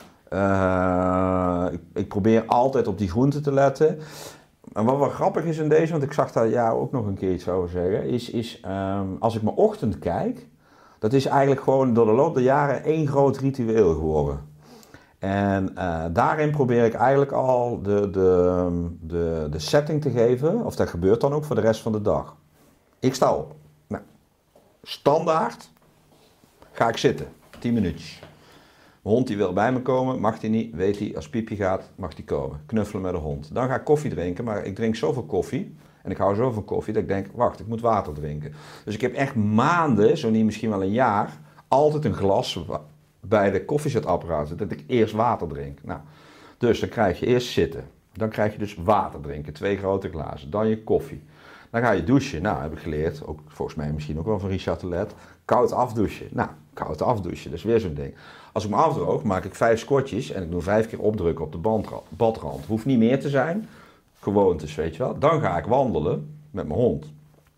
S2: Ik probeer altijd op die groenten te letten. En wat wel grappig is in deze, want ik zag daar jou ook nog een keer iets over zeggen, is als ik mijn ochtend kijk, dat is eigenlijk gewoon door de loop der jaren 1 groot ritueel geworden. En daarin probeer ik eigenlijk al de setting te geven, of dat gebeurt dan ook voor de rest van de dag. Ik sta op. Nou, standaard ga ik zitten, 10 minuutjes. Mijn hond die wil bij me komen, mag die niet, weet hij, als Piepje gaat, mag die komen. Knuffelen met de hond. Dan ga ik koffie drinken, maar ik drink zoveel koffie en ik hou zo van koffie dat ik denk, wacht, ik moet water drinken. Dus ik heb echt maanden, zo niet misschien wel een jaar, altijd een glas bij de koffiezetapparaat, dat ik eerst water drink. Nou, dus dan krijg je eerst zitten, dan krijg je dus water drinken, 2 grote glazen, dan je koffie. Dan ga je douchen, nou heb ik geleerd, ook volgens mij misschien ook wel van Richard de Let, koud afdouchen. Nou, koud afdouchen, dat is weer zo'n ding. Als ik me afdroog, maak ik 5 squatjes en ik doe 5 keer opdrukken op de badrand. Hoeft niet meer te zijn, gewoontes, weet je wel. Dan ga ik wandelen met mijn hond.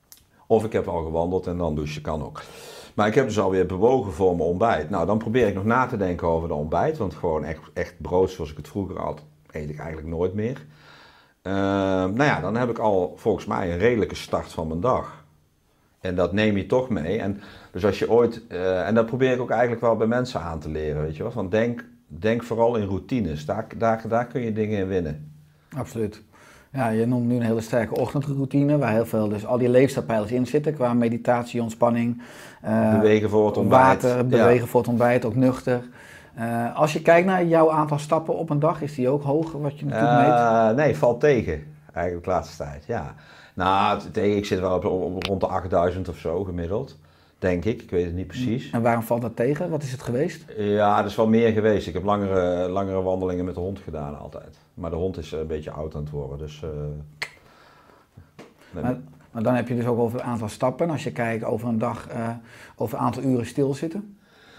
S2: Of ik heb al gewandeld en dan douchen, kan ook. Maar ik heb dus alweer bewogen voor mijn ontbijt. Nou, dan probeer ik nog na te denken over de ontbijt. Want gewoon echt brood zoals ik het vroeger had, eet ik eigenlijk nooit meer. Nou ja, dan heb ik al volgens mij een redelijke start van mijn dag. En dat neem je toch mee. En dus als je ooit, en dat probeer ik ook eigenlijk wel bij mensen aan te leren, weet je wel. Van denk vooral in routines. Daar kun je dingen in winnen.
S6: Absoluut. Ja, je noemt nu een hele sterke ochtendroutine, waar heel veel, dus al die leefstijlpijlers in zitten, qua meditatie, ontspanning.
S2: Bewegen voor het ontbijt.
S6: Water, bewegen voor het ontbijt, ook nuchter. Als je kijkt naar jouw aantal stappen op een dag, is die ook hoog, wat je natuurlijk meet?
S2: Nee, valt tegen. Eigenlijk de laatste tijd, ja. Nou, ik zit wel op rond de 8000 of zo gemiddeld. Denk ik, ik weet het niet precies.
S6: En waarom valt dat tegen? Wat is het geweest?
S2: Ja, er is wel meer geweest. Ik heb langere wandelingen met de hond gedaan altijd. Maar de hond is een beetje oud aan het worden, dus...
S6: Maar dan heb je dus ook over het aantal stappen. Als je kijkt over een dag, over een aantal uren stilzitten.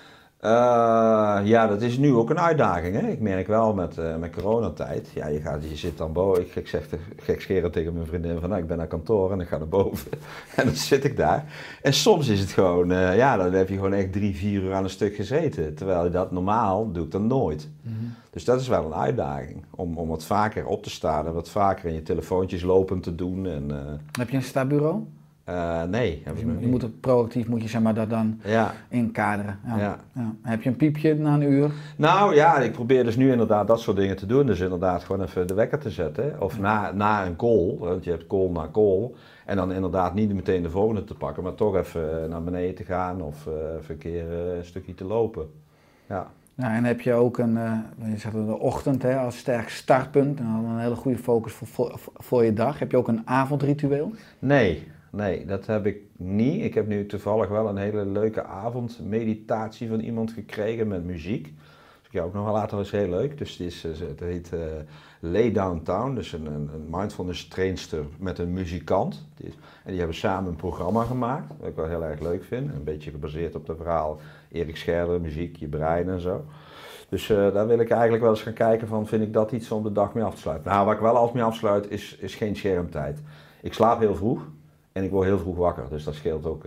S2: Ja, dat is nu ook een uitdaging. Hè? Ik merk wel met coronatijd. Ja, je zit dan boven. Ik zeg gekscherend tegen mijn vriendin van, nou, ik ben naar kantoor en ik ga naar boven. En dan zit ik daar. En soms is het gewoon, dan heb je gewoon echt 3-4 uur aan een stuk gezeten. Terwijl dat normaal doe ik dan nooit. Mm-hmm. Dus dat is wel een uitdaging. Om wat vaker op te staan en wat vaker in je telefoontjes lopend te doen. En,
S6: heb je een stabureau?
S2: Nee.
S6: Je moet het proactief, zeg maar, dat dan inkaderen. Ja. Heb je een piepje na een uur?
S2: Nou ja, ik probeer dus nu inderdaad dat soort dingen te doen. Dus inderdaad gewoon even de wekker te zetten. Of na een call, want je hebt call na call. En dan inderdaad niet meteen de volgende te pakken, maar toch even naar beneden te gaan of even een keer een stukje te lopen. Ja.
S6: Nou, en heb je ook je zegt de ochtend als sterk startpunt en dan een hele goede focus voor je dag. Heb je ook een avondritueel?
S2: Nee, dat heb ik niet. Ik heb nu toevallig wel een hele leuke avondmeditatie van iemand gekregen met muziek. Dus ik ook nog wel later was heel leuk. Dus het heet Lay Downtown, dus een mindfulness trainster met een muzikant. En die hebben samen een programma gemaakt, wat ik wel heel erg leuk vind. Een beetje gebaseerd op het verhaal Erik Scherder, muziek, je brein en zo. Dus daar wil ik eigenlijk wel eens gaan kijken van, vind ik dat iets om de dag mee af te sluiten. Nou, waar ik wel altijd mee afsluit is geen schermtijd. Ik slaap heel vroeg. En ik word heel vroeg wakker, dus dat scheelt ook.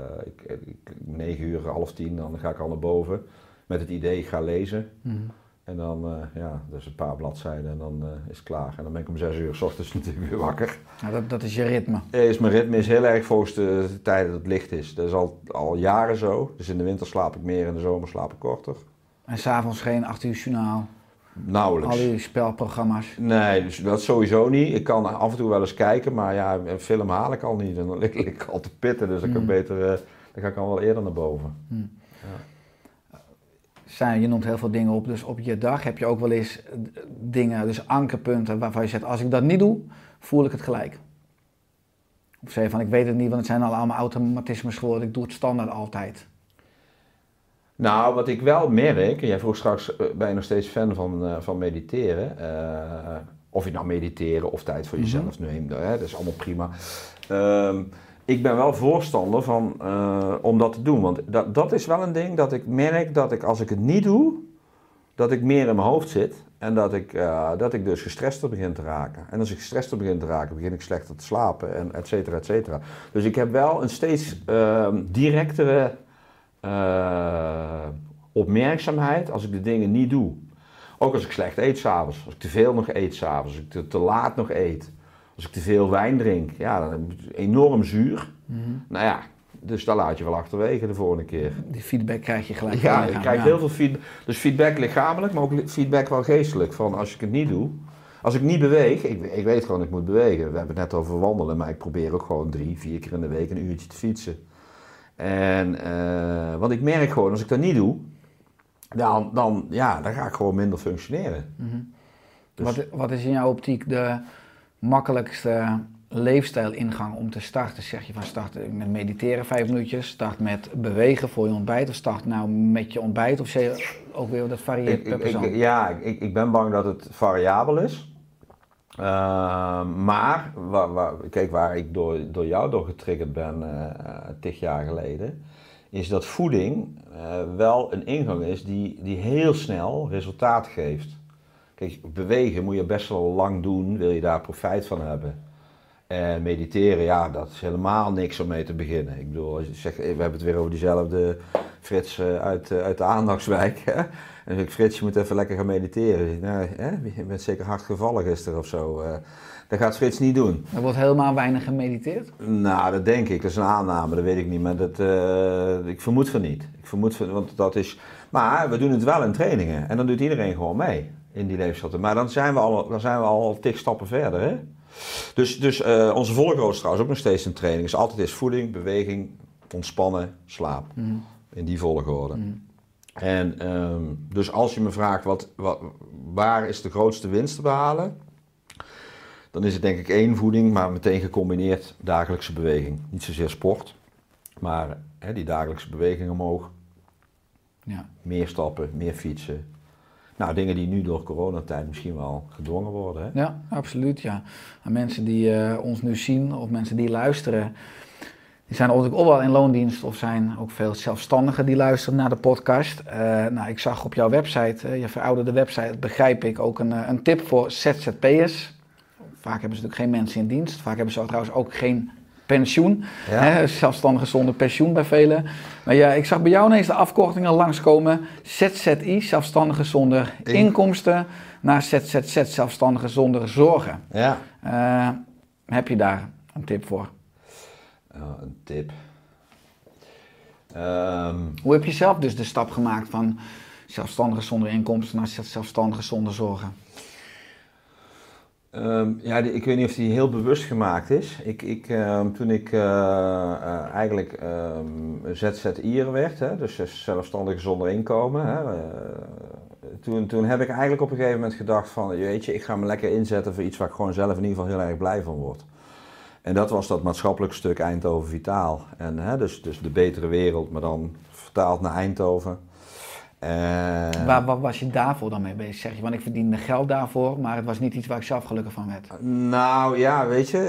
S2: 9 uur, 9:30, dan ga ik al naar boven met het idee, ik ga lezen. Mm-hmm. En dan, dus een paar bladzijden en dan is het klaar. En dan ben ik om 6 uur 's ochtends natuurlijk weer wakker.
S6: Nou, dat is je ritme?
S2: Mijn ritme is heel erg volgens de tijd dat het licht is. Dat is al jaren zo. Dus in de winter slaap ik meer, in de zomer slaap ik korter.
S6: En 's avonds geen 8 uur journaal?
S2: Nauwelijks.
S6: Al die spelprogramma's?
S2: Nee, dus dat sowieso niet. Ik kan af en toe wel eens kijken, maar ja, een film haal ik al niet. En dan lig ik al te pitten, dus dan ga ik al wel eerder naar boven. Ja.
S6: Je noemt heel veel dingen op, dus op je dag heb je ook wel eens dingen, dus ankerpunten waarvan je zegt, als ik dat niet doe, voel ik het gelijk. Of zeg je van, ik weet het niet, want het zijn al allemaal automatismes geworden, ik doe het standaard altijd.
S2: Nou, wat ik wel merk, en jij vroeg straks, ben je nog steeds fan van mediteren? Of je nou mediteren of tijd voor jezelf neemt, dat is allemaal prima. Ik ben wel voorstander van om dat te doen, want dat is wel een ding dat ik merk dat ik, als ik het niet doe, dat ik meer in mijn hoofd zit en dat ik dus gestrester begin te raken. En als ik gestrester begin te raken, begin ik slechter te slapen en et cetera, et cetera. Dus ik heb wel een steeds directere opmerkzaamheid als ik de dingen niet doe. Ook als ik slecht eet 's avonds, als ik te veel nog eet 's avonds, als ik te laat nog eet, als ik te veel wijn drink, ja, dan heb ik enorm zuur. Mm-hmm. Nou ja, dus dat laat je wel achterwege de volgende keer.
S6: Die feedback krijg je gelijk.
S2: Ja, je krijgt heel veel feedback. Dus feedback lichamelijk, maar ook feedback wel geestelijk. Van als ik het niet doe, als ik niet beweeg, ik weet gewoon dat ik moet bewegen. We hebben het net over wandelen, maar ik probeer ook gewoon 3-4 keer in de week een uurtje te fietsen. En, want ik merk gewoon, als ik dat niet doe, dan ga ik gewoon minder functioneren.
S6: Mm-hmm. Dus. Wat is in jouw optiek de makkelijkste leefstijlingang om te starten? Zeg je van start met mediteren 5 minuutjes, start met bewegen voor je ontbijt, of start nou met je ontbijt, of zeg je ook weer dat varieert per persoon?
S2: Ik ben bang dat het variabel is. Maar waar ik door jou door getriggerd ben 10 jaar geleden, is dat voeding wel een ingang is die heel snel resultaat geeft. Kijk, bewegen moet je best wel lang doen, wil je daar profijt van hebben. En mediteren, ja, dat is helemaal niks om mee te beginnen. Ik bedoel, als je zegt, we hebben het weer over diezelfde Frits uit de Aandachtswijk. Hè? En dan zeg ik, Frits, je moet even lekker gaan mediteren. Nou, je bent zeker hard gevallen gisteren of zo. Dat gaat Frits niet doen.
S6: Er wordt helemaal weinig gemediteerd?
S2: Nou, dat denk ik. Dat is een aanname, dat weet ik niet. Maar ik vermoed van niet. Want dat is... Maar we doen het wel in trainingen. En dan doet iedereen gewoon mee in die leefstijl. Maar dan zijn we al 10 stappen verder, hè? Dus onze volgroots trouwens ook nog steeds een training. Dus altijd is voeding, beweging, ontspannen, slaap. In die volgorde. En dus als je me vraagt waar is de grootste winst te behalen, dan is het denk ik 1 voeding, maar meteen gecombineerd dagelijkse beweging. Niet zozeer sport, maar die dagelijkse beweging omhoog.
S6: Ja.
S2: Meer stappen, meer fietsen. Nou, dingen die nu door coronatijd misschien wel gedwongen worden. Hè?
S6: Ja, absoluut, ja. En mensen die ons nu zien of mensen die luisteren, die zijn ook wel in loondienst of zijn ook veel zelfstandigen die luisteren naar de podcast. Ik zag op jouw website, je verouderde website, begrijp ik, ook een tip voor ZZP'ers. Vaak hebben ze natuurlijk geen mensen in dienst. Vaak hebben ze trouwens ook geen pensioen.
S2: Ja.
S6: Hè, zelfstandigen zonder pensioen bij velen. Maar ja, ik zag bij jou ineens de afkortingen langskomen. ZZI, zelfstandigen zonder inkomsten, naar ZZZ, zelfstandigen zonder zorgen.
S2: Ja.
S6: Heb je daar een tip voor?
S2: Een tip.
S6: Hoe heb je zelf dus de stap gemaakt van zelfstandigen zonder inkomsten naar zelfstandigen zonder zorgen?
S2: Ik weet niet of die heel bewust gemaakt is. Toen ik eigenlijk ZZI'er werd, hè, dus zelfstandig zonder inkomen, hè, toen heb ik eigenlijk op een gegeven moment gedacht van, weet je, ik ga me lekker inzetten voor iets waar ik gewoon zelf in ieder geval heel erg blij van word. En dat was dat maatschappelijk stuk Eindhoven Vitaal. En, dus de betere wereld, maar dan vertaald naar Eindhoven.
S6: Waar was je daarvoor dan mee bezig, zeg je? Want ik verdiende geld daarvoor, maar het was niet iets waar ik zelf gelukkig van werd.
S2: Nou ja, weet je,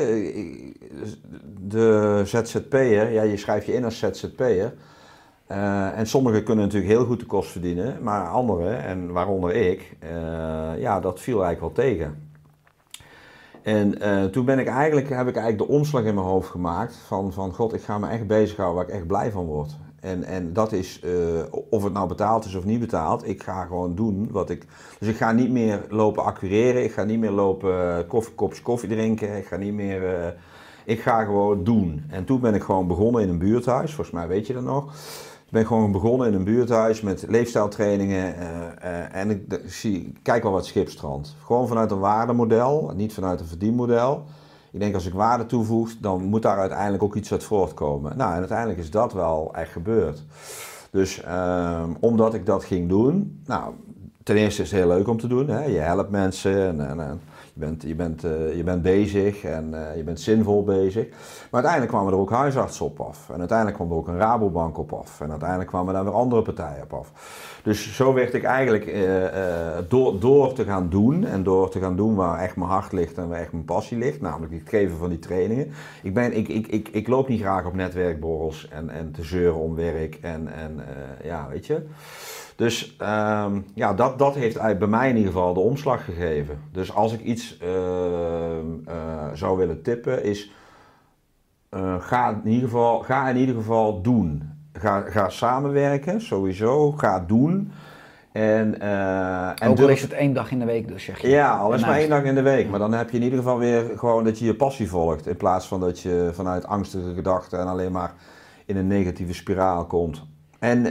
S2: de ZZP'er, ja, je schrijft je in als ZZP'er. En sommigen kunnen natuurlijk heel goed de kost verdienen, maar anderen, en waaronder ik, dat viel eigenlijk wel tegen. En toen heb ik eigenlijk de omslag in mijn hoofd gemaakt van god, ik ga me echt bezighouden waar ik echt blij van word. En dat is, of het nou betaald is of niet betaald, ik ga gewoon doen wat ik... Dus ik ga niet meer lopen accureren, ik ga niet meer lopen kopjes koffie drinken, ik ga gewoon doen. En toen ben ik gewoon begonnen in een buurthuis, volgens mij weet je dat nog. Ik ben gewoon begonnen in een buurthuis met leefstijltrainingen en ik kijk wel wat schipstrand. Gewoon vanuit een waardemodel, niet vanuit een verdienmodel. Ik denk als ik waarde toevoeg, dan moet daar uiteindelijk ook iets uit voortkomen. Nou, en uiteindelijk is dat wel echt gebeurd. Dus omdat ik dat ging doen, nou, ten eerste is het heel leuk om te doen. Hè? Je helpt mensen en je bent bezig en je bent zinvol bezig. Maar uiteindelijk kwamen er ook huisartsen op af. En uiteindelijk kwam er ook een Rabobank op af. En uiteindelijk kwamen daar weer andere partijen op af. Dus zo werd ik eigenlijk door te gaan doen. En door te gaan doen waar echt mijn hart ligt en waar echt mijn passie ligt. Namelijk het geven van die trainingen. Ik loop niet graag op netwerkborrels en te zeuren om werk. Weet je. Dus dat heeft eigenlijk bij mij in ieder geval de omslag gegeven. Dus als ik iets zou willen tippen is, ga in ieder geval doen. Ga samenwerken, sowieso. Ga doen. En
S6: ook al is het 1 dag in de week dus, zeg je?
S2: Ja, al is maar 1 dag in de week. Maar dan heb je in ieder geval weer gewoon dat je je passie volgt. In plaats van dat je vanuit angstige gedachten en alleen maar in een negatieve spiraal komt. En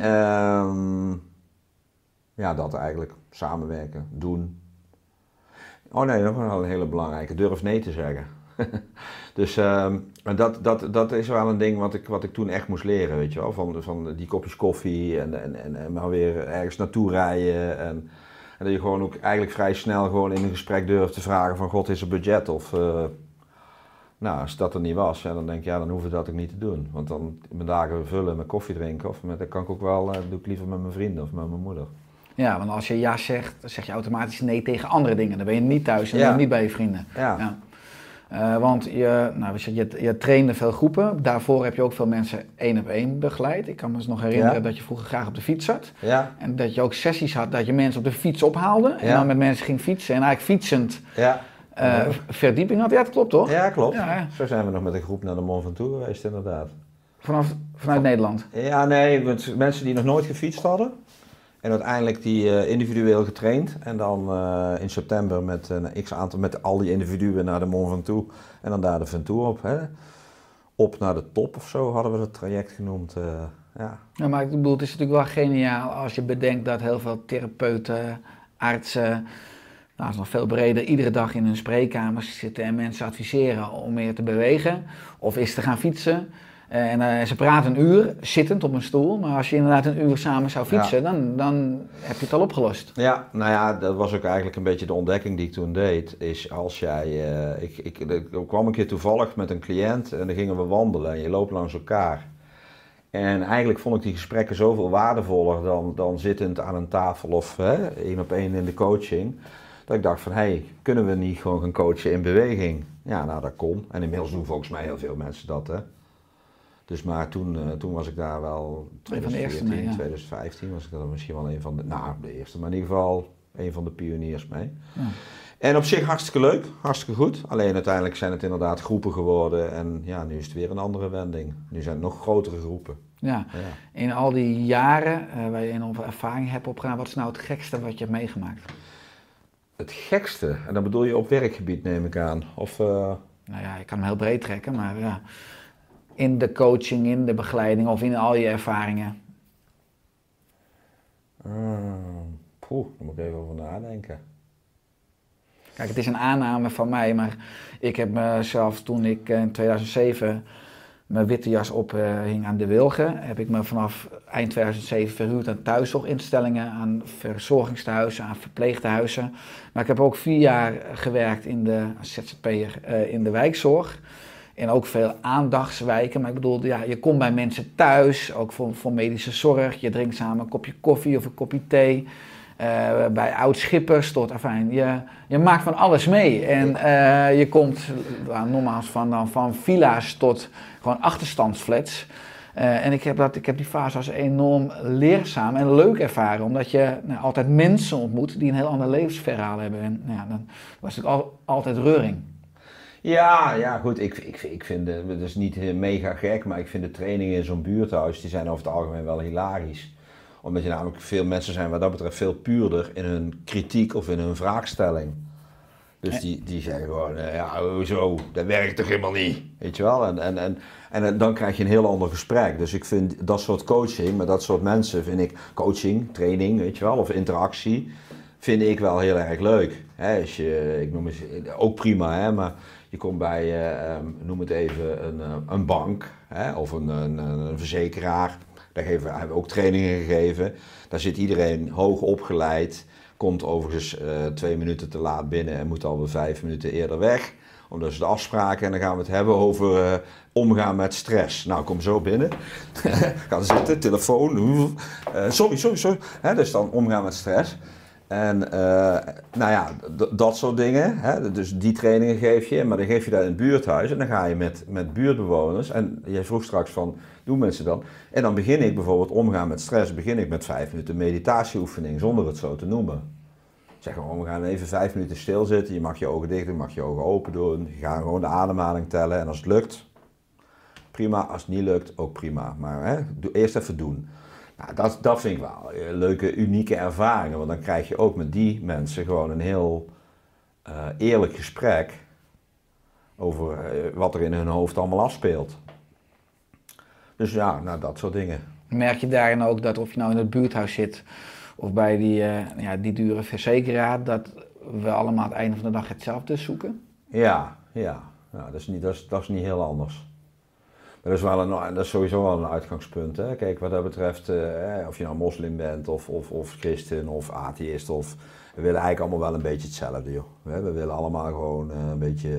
S2: dat eigenlijk. Samenwerken, doen. Oh nee, dat is wel een hele belangrijke. Durf nee te zeggen. Dus dat is wel een ding wat ik toen echt moest leren, weet je wel. Van die kopjes koffie en maar weer ergens naartoe rijden. En dat je gewoon ook eigenlijk vrij snel gewoon in een gesprek durft te vragen van god, is er budget? Of als dat er niet was, dan denk ik, dan hoef ik dat ook niet te doen. Want dan mijn dagen vullen met koffie drinken of dat kan ik ook wel, doe ik liever met mijn vrienden of met mijn moeder.
S6: Ja, want als je ja zegt, dan zeg je automatisch nee tegen andere dingen. Dan ben je niet thuis en dan niet bij je vrienden.
S2: Ja.
S6: Want je trainde veel groepen. Daarvoor heb je ook veel mensen 1-op-1 begeleid. Ik kan me nog herinneren dat je vroeger graag op de fiets zat.
S2: Ja.
S6: En dat je ook sessies had dat je mensen op de fiets ophaalde. En dan met mensen ging fietsen. En eigenlijk fietsend Verdieping had, ja, dat klopt toch?
S2: Ja, klopt.
S6: Ja.
S2: Zo zijn we nog met een groep naar de Mont Ventoux geweest, inderdaad.
S6: Vanuit Nederland?
S2: Ja, nee, met mensen die nog nooit gefietst hadden. En uiteindelijk die individueel getraind. En dan in september met een x-aantal, met al die individuen naar de Mont Ventoux. En dan daar de Ventoux op. Hè. Op naar de top of zo hadden we het traject genoemd. Ja.
S6: Ja, maar ik bedoel, het is natuurlijk wel geniaal als je bedenkt dat heel veel therapeuten, artsen, nou, dat is nog veel breder, iedere dag in hun spreekkamers zitten en mensen adviseren om meer te bewegen of eens te gaan fietsen. En ze praten een uur zittend op een stoel, maar als je inderdaad een uur samen zou fietsen, dan heb je het al opgelost.
S2: Ja, nou ja, dat was ook eigenlijk een beetje de ontdekking die ik toen deed. Is als jij, ik kwam een keer toevallig met een cliënt en dan gingen we wandelen en je loopt langs elkaar. En eigenlijk vond ik die gesprekken zoveel waardevoller dan zittend aan een tafel of 1 op 1 in de coaching. Dat ik dacht van, kunnen we niet gewoon gaan coachen in beweging? Ja, nou dat kon. En inmiddels doen volgens mij heel veel mensen dat, hè. Dus maar toen was ik daar wel, 2014, 2015 was ik daar misschien wel een van de, nou de eerste, maar in ieder geval een van de pioniers mee. Ja. En op zich hartstikke leuk, hartstikke goed. Alleen uiteindelijk zijn het inderdaad groepen geworden en ja, nu is het weer een andere wending. Nu zijn het nog grotere groepen.
S6: Ja. In al die jaren waar je enorm veel ervaring hebt opgedaan, wat is nou het gekste wat je hebt meegemaakt?
S2: Het gekste? En dan bedoel je op werkgebied, neem ik aan? Of,
S6: Nou ja, ik kan hem heel breed trekken, maar ja, in de coaching, in de begeleiding of in al je ervaringen.
S2: Daar moet ik even over nadenken.
S6: Kijk, het is een aanname van mij, maar ik heb mezelf toen ik in 2007 mijn witte jas ophing aan de Wilgen, heb ik me vanaf eind 2007 verhuurd aan thuiszorginstellingen, aan verzorgingstehuizen, aan verpleegtehuizen. Maar ik heb ook 4 jaar gewerkt in de ZZP'er in de wijkzorg. En ook veel aandachtswijken, maar ik bedoel, ja, je komt bij mensen thuis, ook voor medische zorg. Je drinkt samen een kopje koffie of een kopje thee. Bij oud-schippers tot, je maakt van alles mee. En je komt nogmaals van villa's tot gewoon achterstandsflats. En ik heb die fase als enorm leerzaam en leuk ervaren, omdat je altijd mensen ontmoet die een heel ander levensverhaal hebben. En dan was het altijd reuring.
S2: Ja, goed. Ik vind het is niet mega gek, maar ik vind de trainingen in zo'n buurthuis, die zijn over het algemeen wel hilarisch. Omdat je namelijk veel mensen zijn wat dat betreft veel puurder in hun kritiek of in hun vraagstelling. Dus die zeggen gewoon, hoezo, dat werkt toch helemaal niet, weet je wel. En dan krijg je een heel ander gesprek. Dus ik vind dat soort coaching, met dat soort mensen vind ik coaching, training, weet je wel, of interactie, vind ik wel heel erg leuk. Hè, ik noem het ook prima, hè, maar je komt bij, noem het even, een bank, hè, of een verzekeraar. Daar hebben we ook trainingen gegeven. Daar zit iedereen hoog opgeleid. Komt overigens 2 minuten te laat binnen en moet alweer 5 minuten eerder weg. Omdat ze de afspraken en dan gaan we het hebben over omgaan met stress. Nou, kom zo binnen. Gaan zitten, telefoon. Sorry. Dus dan omgaan met stress. En dat soort dingen. Hè? Dus die trainingen geef je. Maar dan geef je dat in het buurthuis. En dan ga je met buurtbewoners. En jij vroeg straks van, doen mensen dan? En dan begin ik bijvoorbeeld omgaan met stress. Begin ik met 5 minuten meditatieoefening. Zonder het zo te noemen. Zeg gewoon, we gaan even 5 minuten stilzitten. Je mag je ogen dicht doen, je mag je ogen open doen. Je gaat gewoon de ademhaling tellen. En als het lukt, prima. Als het niet lukt, ook prima. Maar eerst even doen. Nou, dat vind ik wel leuke, unieke ervaringen. Want dan krijg je ook met die mensen gewoon een heel eerlijk gesprek over wat er in hun hoofd allemaal afspeelt. Dus ja, dat soort dingen.
S6: Merk je daarin ook dat of je nou in het buurthuis zit of bij die dure verzekeraar, dat we allemaal aan het einde van de dag hetzelfde zoeken?
S2: Ja. Dat is niet heel anders. Maar dat is sowieso wel een uitgangspunt. Hè? Kijk, wat dat betreft, of je nou moslim bent of christen of atheïst, we willen eigenlijk allemaal wel een beetje hetzelfde, joh. We willen allemaal gewoon een beetje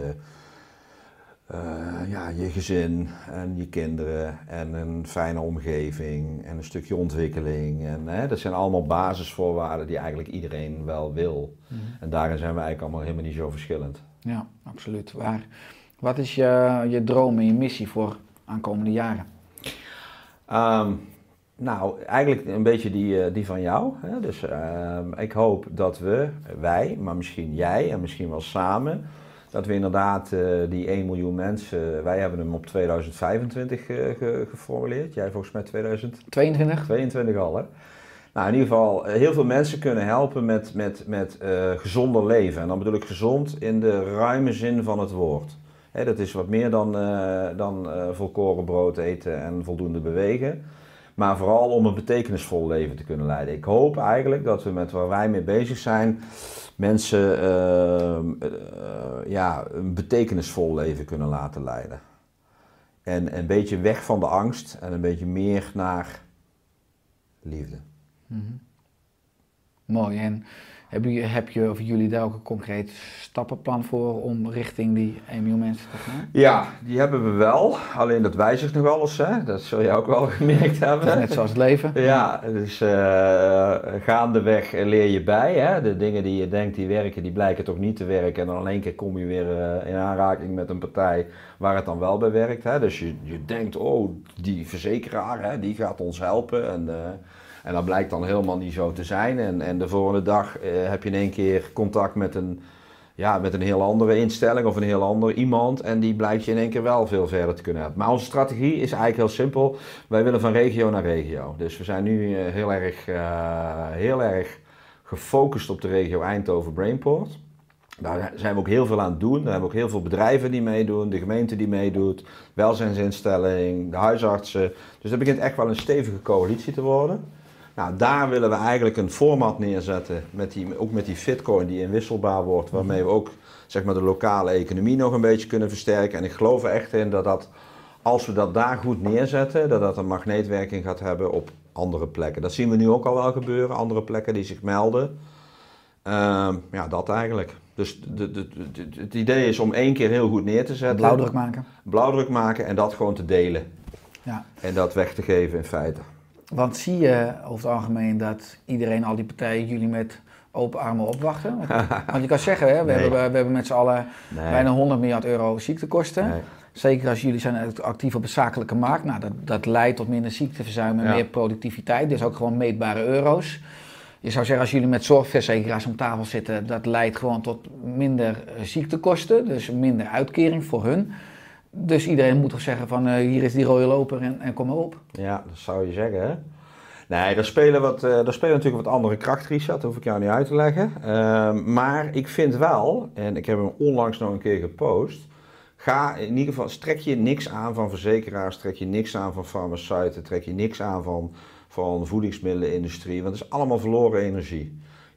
S2: je gezin en je kinderen en een fijne omgeving en een stukje ontwikkeling. En dat zijn allemaal basisvoorwaarden die eigenlijk iedereen wel wil. Mm-hmm. En daarin zijn we eigenlijk allemaal helemaal niet zo verschillend.
S6: Ja, absoluut. Wat is je droom en je missie voor aankomende jaren?
S2: Nou, eigenlijk een beetje die van jou. Hè? Dus ik hoop dat wij, maar misschien jij en misschien wel samen, dat we inderdaad die 1 miljoen mensen, wij hebben hem op 2025 geformuleerd. Jij volgens mij 2022 al, hè? Nou, in ieder geval heel veel mensen kunnen helpen met gezonder leven. En dan bedoel ik gezond in de ruime zin van het woord. Hè, dat is wat meer dan volkoren brood eten en voldoende bewegen. Maar vooral om een betekenisvol leven te kunnen leiden. Ik hoop eigenlijk dat we met waar wij mee bezig zijn, mensen een betekenisvol leven kunnen laten leiden. En een beetje weg van de angst en een beetje meer naar liefde.
S6: Mm-hmm. Mooi. En heb je of jullie daar ook een concreet stappenplan voor om richting die 1 miljoen mensen te gaan?
S2: Ja, die hebben we wel. Alleen dat wijzigt nog wel eens. Hè? Dat zul je ook wel gemerkt hebben.
S6: Dat is net zoals het leven.
S2: Ja, dus gaandeweg leer je bij. Hè? De dingen die je denkt die werken, die blijken toch niet te werken. En dan in één keer kom je weer in aanraking met een partij waar het dan wel bij werkt. Hè? Dus je denkt, oh, die verzekeraar, hè, die gaat ons helpen. En dat blijkt dan helemaal niet zo te zijn. En de volgende dag heb je in één keer contact met een heel andere instelling of een heel ander iemand. En die blijkt je in één keer wel veel verder te kunnen helpen. Maar onze strategie is eigenlijk heel simpel. Wij willen van regio naar regio. Dus we zijn nu heel erg gefocust op de regio Eindhoven-Brainport. Daar zijn we ook heel veel aan het doen. Daar hebben we ook heel veel bedrijven die meedoen, de gemeente die meedoet, welzijnsinstelling, de huisartsen. Dus dat begint echt wel een stevige coalitie te worden. Nou, daar willen we eigenlijk een format neerzetten, ook met die Fitcoin die inwisselbaar wordt, waarmee we ook zeg maar, de lokale economie nog een beetje kunnen versterken. En ik geloof er echt in dat als we dat daar goed neerzetten, dat een magneetwerking gaat hebben op andere plekken. Dat zien we nu ook al wel gebeuren, andere plekken die zich melden. Dat eigenlijk. Dus het idee is om 1 keer heel goed neer te zetten. Blauwdruk maken en dat gewoon te delen. Ja. En dat weg te geven in feite.
S6: Want zie je over het algemeen dat iedereen, al die partijen, jullie met open armen opwachten? Want je kan zeggen, hè, we hebben met z'n allen bijna 100 miljard euro ziektekosten. Nee. Zeker als jullie zijn actief op de zakelijke markt. Nou, dat leidt tot minder ziekteverzuim en meer productiviteit. Dus ook gewoon meetbare euro's. Je zou zeggen, als jullie met zorgverzekeraars om tafel zitten, dat leidt gewoon tot minder ziektekosten. Dus minder uitkering voor hun. Dus iedereen moet toch zeggen van hier is die rode loper en kom maar op. Ja,
S2: dat zou je zeggen, hè? Nee, daar spelen natuurlijk wat andere krachten, Richard. Dat hoef ik jou niet uit te leggen. Maar ik vind wel, en ik heb hem onlangs nog een keer gepost. Ga in ieder geval, trek je niks aan van verzekeraars, trek je niks aan van farmaceuten, trek je niks aan van voedingsmiddelenindustrie. Want het is allemaal verloren energie.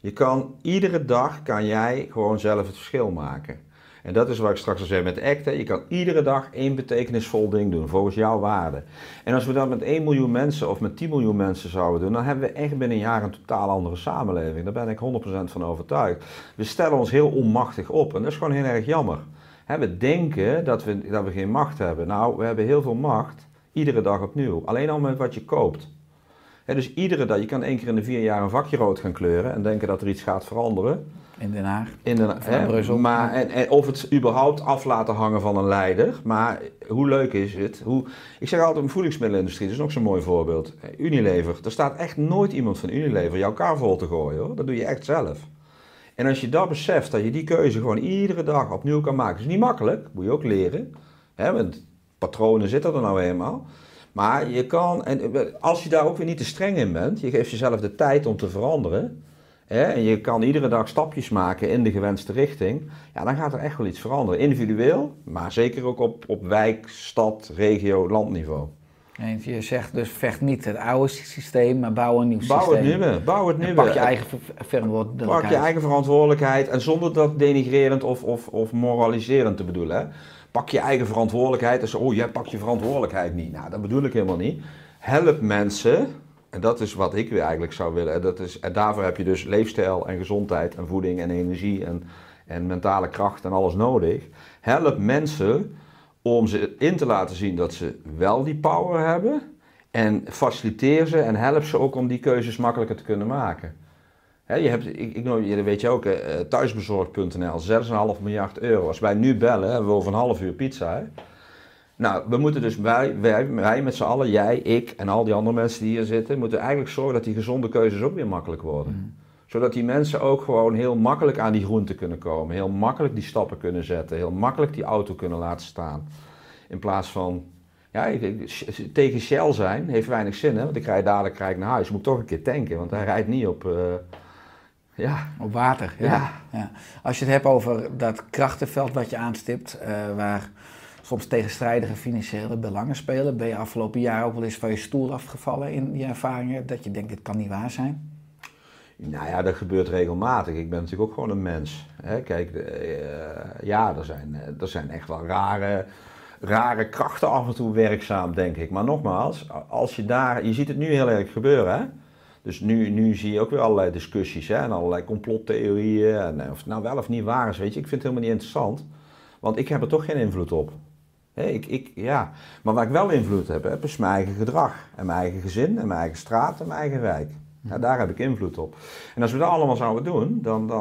S2: Iedere dag kan jij gewoon zelf het verschil maken. En dat is wat ik straks al zei met ACT. Je kan iedere dag 1 betekenisvol ding doen, volgens jouw waarde. En als we dat met 1 miljoen mensen of met 10 miljoen mensen zouden doen, dan hebben we echt binnen een jaar een totaal andere samenleving. Daar ben ik 100% van overtuigd. We stellen ons heel onmachtig op en dat is gewoon heel erg jammer. We denken dat we geen macht hebben. Nou, we hebben heel veel macht, iedere dag opnieuw. Alleen al met wat je koopt. Dus iedere dag, je kan 1 keer in de 4 jaar een vakje rood gaan kleuren en denken dat er iets gaat veranderen.
S6: In Den Haag.
S2: In Brussel. Maar, of het überhaupt af laten hangen van een leider. Maar hoe leuk is het? Ik zeg altijd, een voedingsmiddelenindustrie, dat is nog zo'n mooi voorbeeld. Unilever, er staat echt nooit iemand van Unilever jouw kar vol te gooien, hoor. Dat doe je echt zelf. En als je dat beseft, dat je die keuze gewoon iedere dag opnieuw kan maken. Dat is niet makkelijk, moet je ook leren. Want patronen zitten er nou eenmaal. Maar je kan, en als je daar ook weer niet te streng in bent, je geeft jezelf de tijd om te veranderen. En je kan iedere dag stapjes maken in de gewenste richting. Ja, dan gaat er echt wel iets veranderen. Individueel, maar zeker ook op wijk, stad, regio, landniveau.
S6: En je zegt dus, vecht niet het oude systeem, maar bouw een nieuw systeem.
S2: Bouw het nieuwe.
S6: Pak je eigen verantwoordelijkheid.
S2: Pak je eigen verantwoordelijkheid en zonder dat denigrerend of moraliserend te bedoelen. Hè. Pak je eigen verantwoordelijkheid en zo, jij pakt je verantwoordelijkheid niet. Nou, dat bedoel ik helemaal niet. Help mensen. En dat is wat ik weer eigenlijk zou willen. En daarvoor heb je dus leefstijl en gezondheid en voeding en energie en mentale kracht en alles nodig. Help mensen om ze in te laten zien dat ze wel die power hebben. En faciliteer ze en help ze ook om die keuzes makkelijker te kunnen maken. Dat weet je ook, thuisbezorgd.nl, 6,5 miljard euro. Als wij nu bellen, hebben we over een half uur pizza. Hè? Nou, we moeten dus, wij met z'n allen, jij, ik en al die andere mensen die hier zitten, moeten eigenlijk zorgen dat die gezonde keuzes ook weer makkelijk worden. Zodat die mensen ook gewoon heel makkelijk aan die groente kunnen komen. Heel makkelijk die stappen kunnen zetten. Heel makkelijk die auto kunnen laten staan. In plaats van, tegen Shell zijn heeft weinig zin, hè? Want ik dadelijk naar huis. Moet ik toch een keer tanken, want hij rijdt niet op...
S6: Op water, ja. Als je het hebt over dat krachtenveld wat je aanstipt, waar soms tegenstrijdige financiële belangen spelen, ben je afgelopen jaar ook wel eens van je stoel afgevallen in je ervaringen, dat je denkt, dit kan niet waar zijn?
S2: Nou ja, dat gebeurt regelmatig. Ik ben natuurlijk ook gewoon een mens. Hè? Kijk, er zijn echt wel rare krachten af en toe werkzaam, denk ik. Maar nogmaals, als je ziet het nu heel erg gebeuren, hè? Dus nu zie je ook weer allerlei discussies, hè? En allerlei complottheorieën. En of het nou wel of niet waar is, weet je. Ik vind het helemaal niet interessant. Want ik heb er toch geen invloed op. Maar waar ik wel invloed heb, is mijn eigen gedrag. En mijn eigen gezin, en mijn eigen straat, en mijn eigen wijk. Ja, daar heb ik invloed op. En als we dat allemaal zouden doen,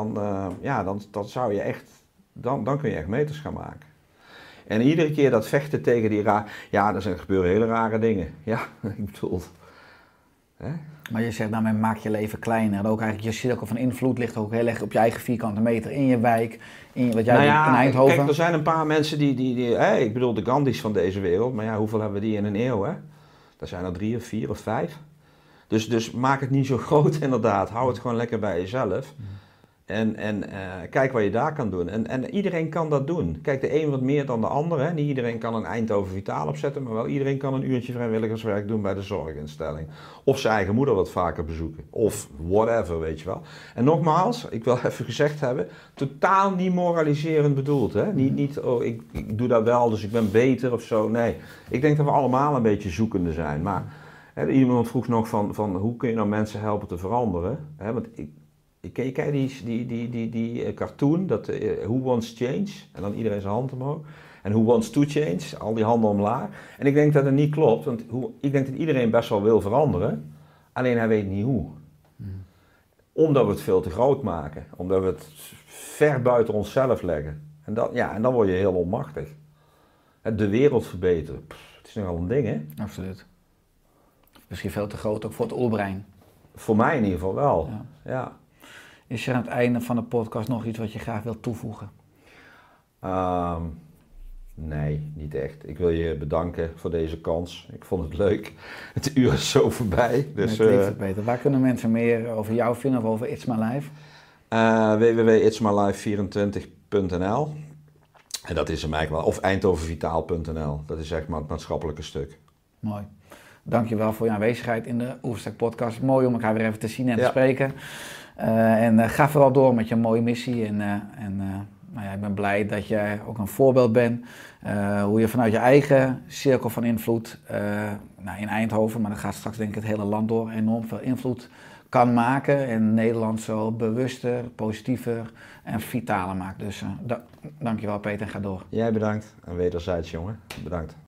S2: dan zou je echt, dan kun je echt meters gaan maken. En iedere keer dat vechten tegen die er gebeuren hele rare dingen. Ja, ik bedoel... Hè?
S6: Maar je zegt, daarmee maak je leven kleiner. En ook eigenlijk je cirkel van invloed ligt ook heel erg op je eigen vierkante meter. In je wijk, wat jij doet in Eindhoven.
S2: Kijk, er zijn een paar mensen ik bedoel de Gandhi's van deze wereld. Maar ja, hoeveel hebben we die in een eeuw, hè? Er zijn er 3 of 4 of 5. Dus maak het niet zo groot inderdaad. Hou het gewoon lekker bij jezelf. En kijk wat je daar kan doen. En iedereen kan dat doen. Kijk, de een wat meer dan de ander. Hè. Niet iedereen kan een Eindhoven Vitaal opzetten, maar wel iedereen kan een uurtje vrijwilligerswerk doen bij de zorginstelling. Of zijn eigen moeder wat vaker bezoeken. Of whatever, weet je wel. En nogmaals, ik wil even gezegd hebben, totaal niet moraliserend bedoeld. Hè. Niet ik doe dat wel, dus ik ben beter of zo. Nee, ik denk dat we allemaal een beetje zoekende zijn. Maar iemand vroeg nog van hoe kun je nou mensen helpen te veranderen? Hè, want Ken je die cartoon, Who Wants Change? En dan iedereen zijn hand omhoog. En Who Wants to Change? Al die handen omlaag. En ik denk dat het niet klopt, want ik denk dat iedereen best wel wil veranderen. Alleen hij weet niet hoe. Omdat we het veel te groot maken. Omdat we het ver buiten onszelf leggen. En dan word je heel onmachtig. De wereld verbeteren. Het is nogal een ding, hè?
S6: Absoluut. Misschien veel te groot ook voor het oerbrein.
S2: Voor mij in ieder geval wel, ja.
S6: Is er aan het einde van de podcast nog iets wat je graag wilt toevoegen?
S2: Nee, niet echt. Ik wil je bedanken voor deze kans. Ik vond het leuk. Het uur is zo voorbij. Dus,
S6: Peter. Waar kunnen mensen meer over jou vinden of over It's My Life?
S2: www.itsmylife24.nl En dat is hem eigenlijk wel. Of eindhovenvitaal.nl. Dat is zeg maar het maatschappelijke stuk.
S6: Mooi. Dankjewel voor je aanwezigheid in de Oersterk podcast. Mooi om elkaar weer even te zien en te spreken. En ga vooral door met je mooie missie. Ik ben blij dat jij ook een voorbeeld bent. Hoe je vanuit je eigen cirkel van invloed in Eindhoven, maar dat gaat straks denk ik het hele land door, enorm veel invloed kan maken. En Nederland zo bewuster, positiever en vitaler maakt. Dus dankjewel Peter en ga door.
S2: Jij bedankt en wederzijds jongen. Bedankt.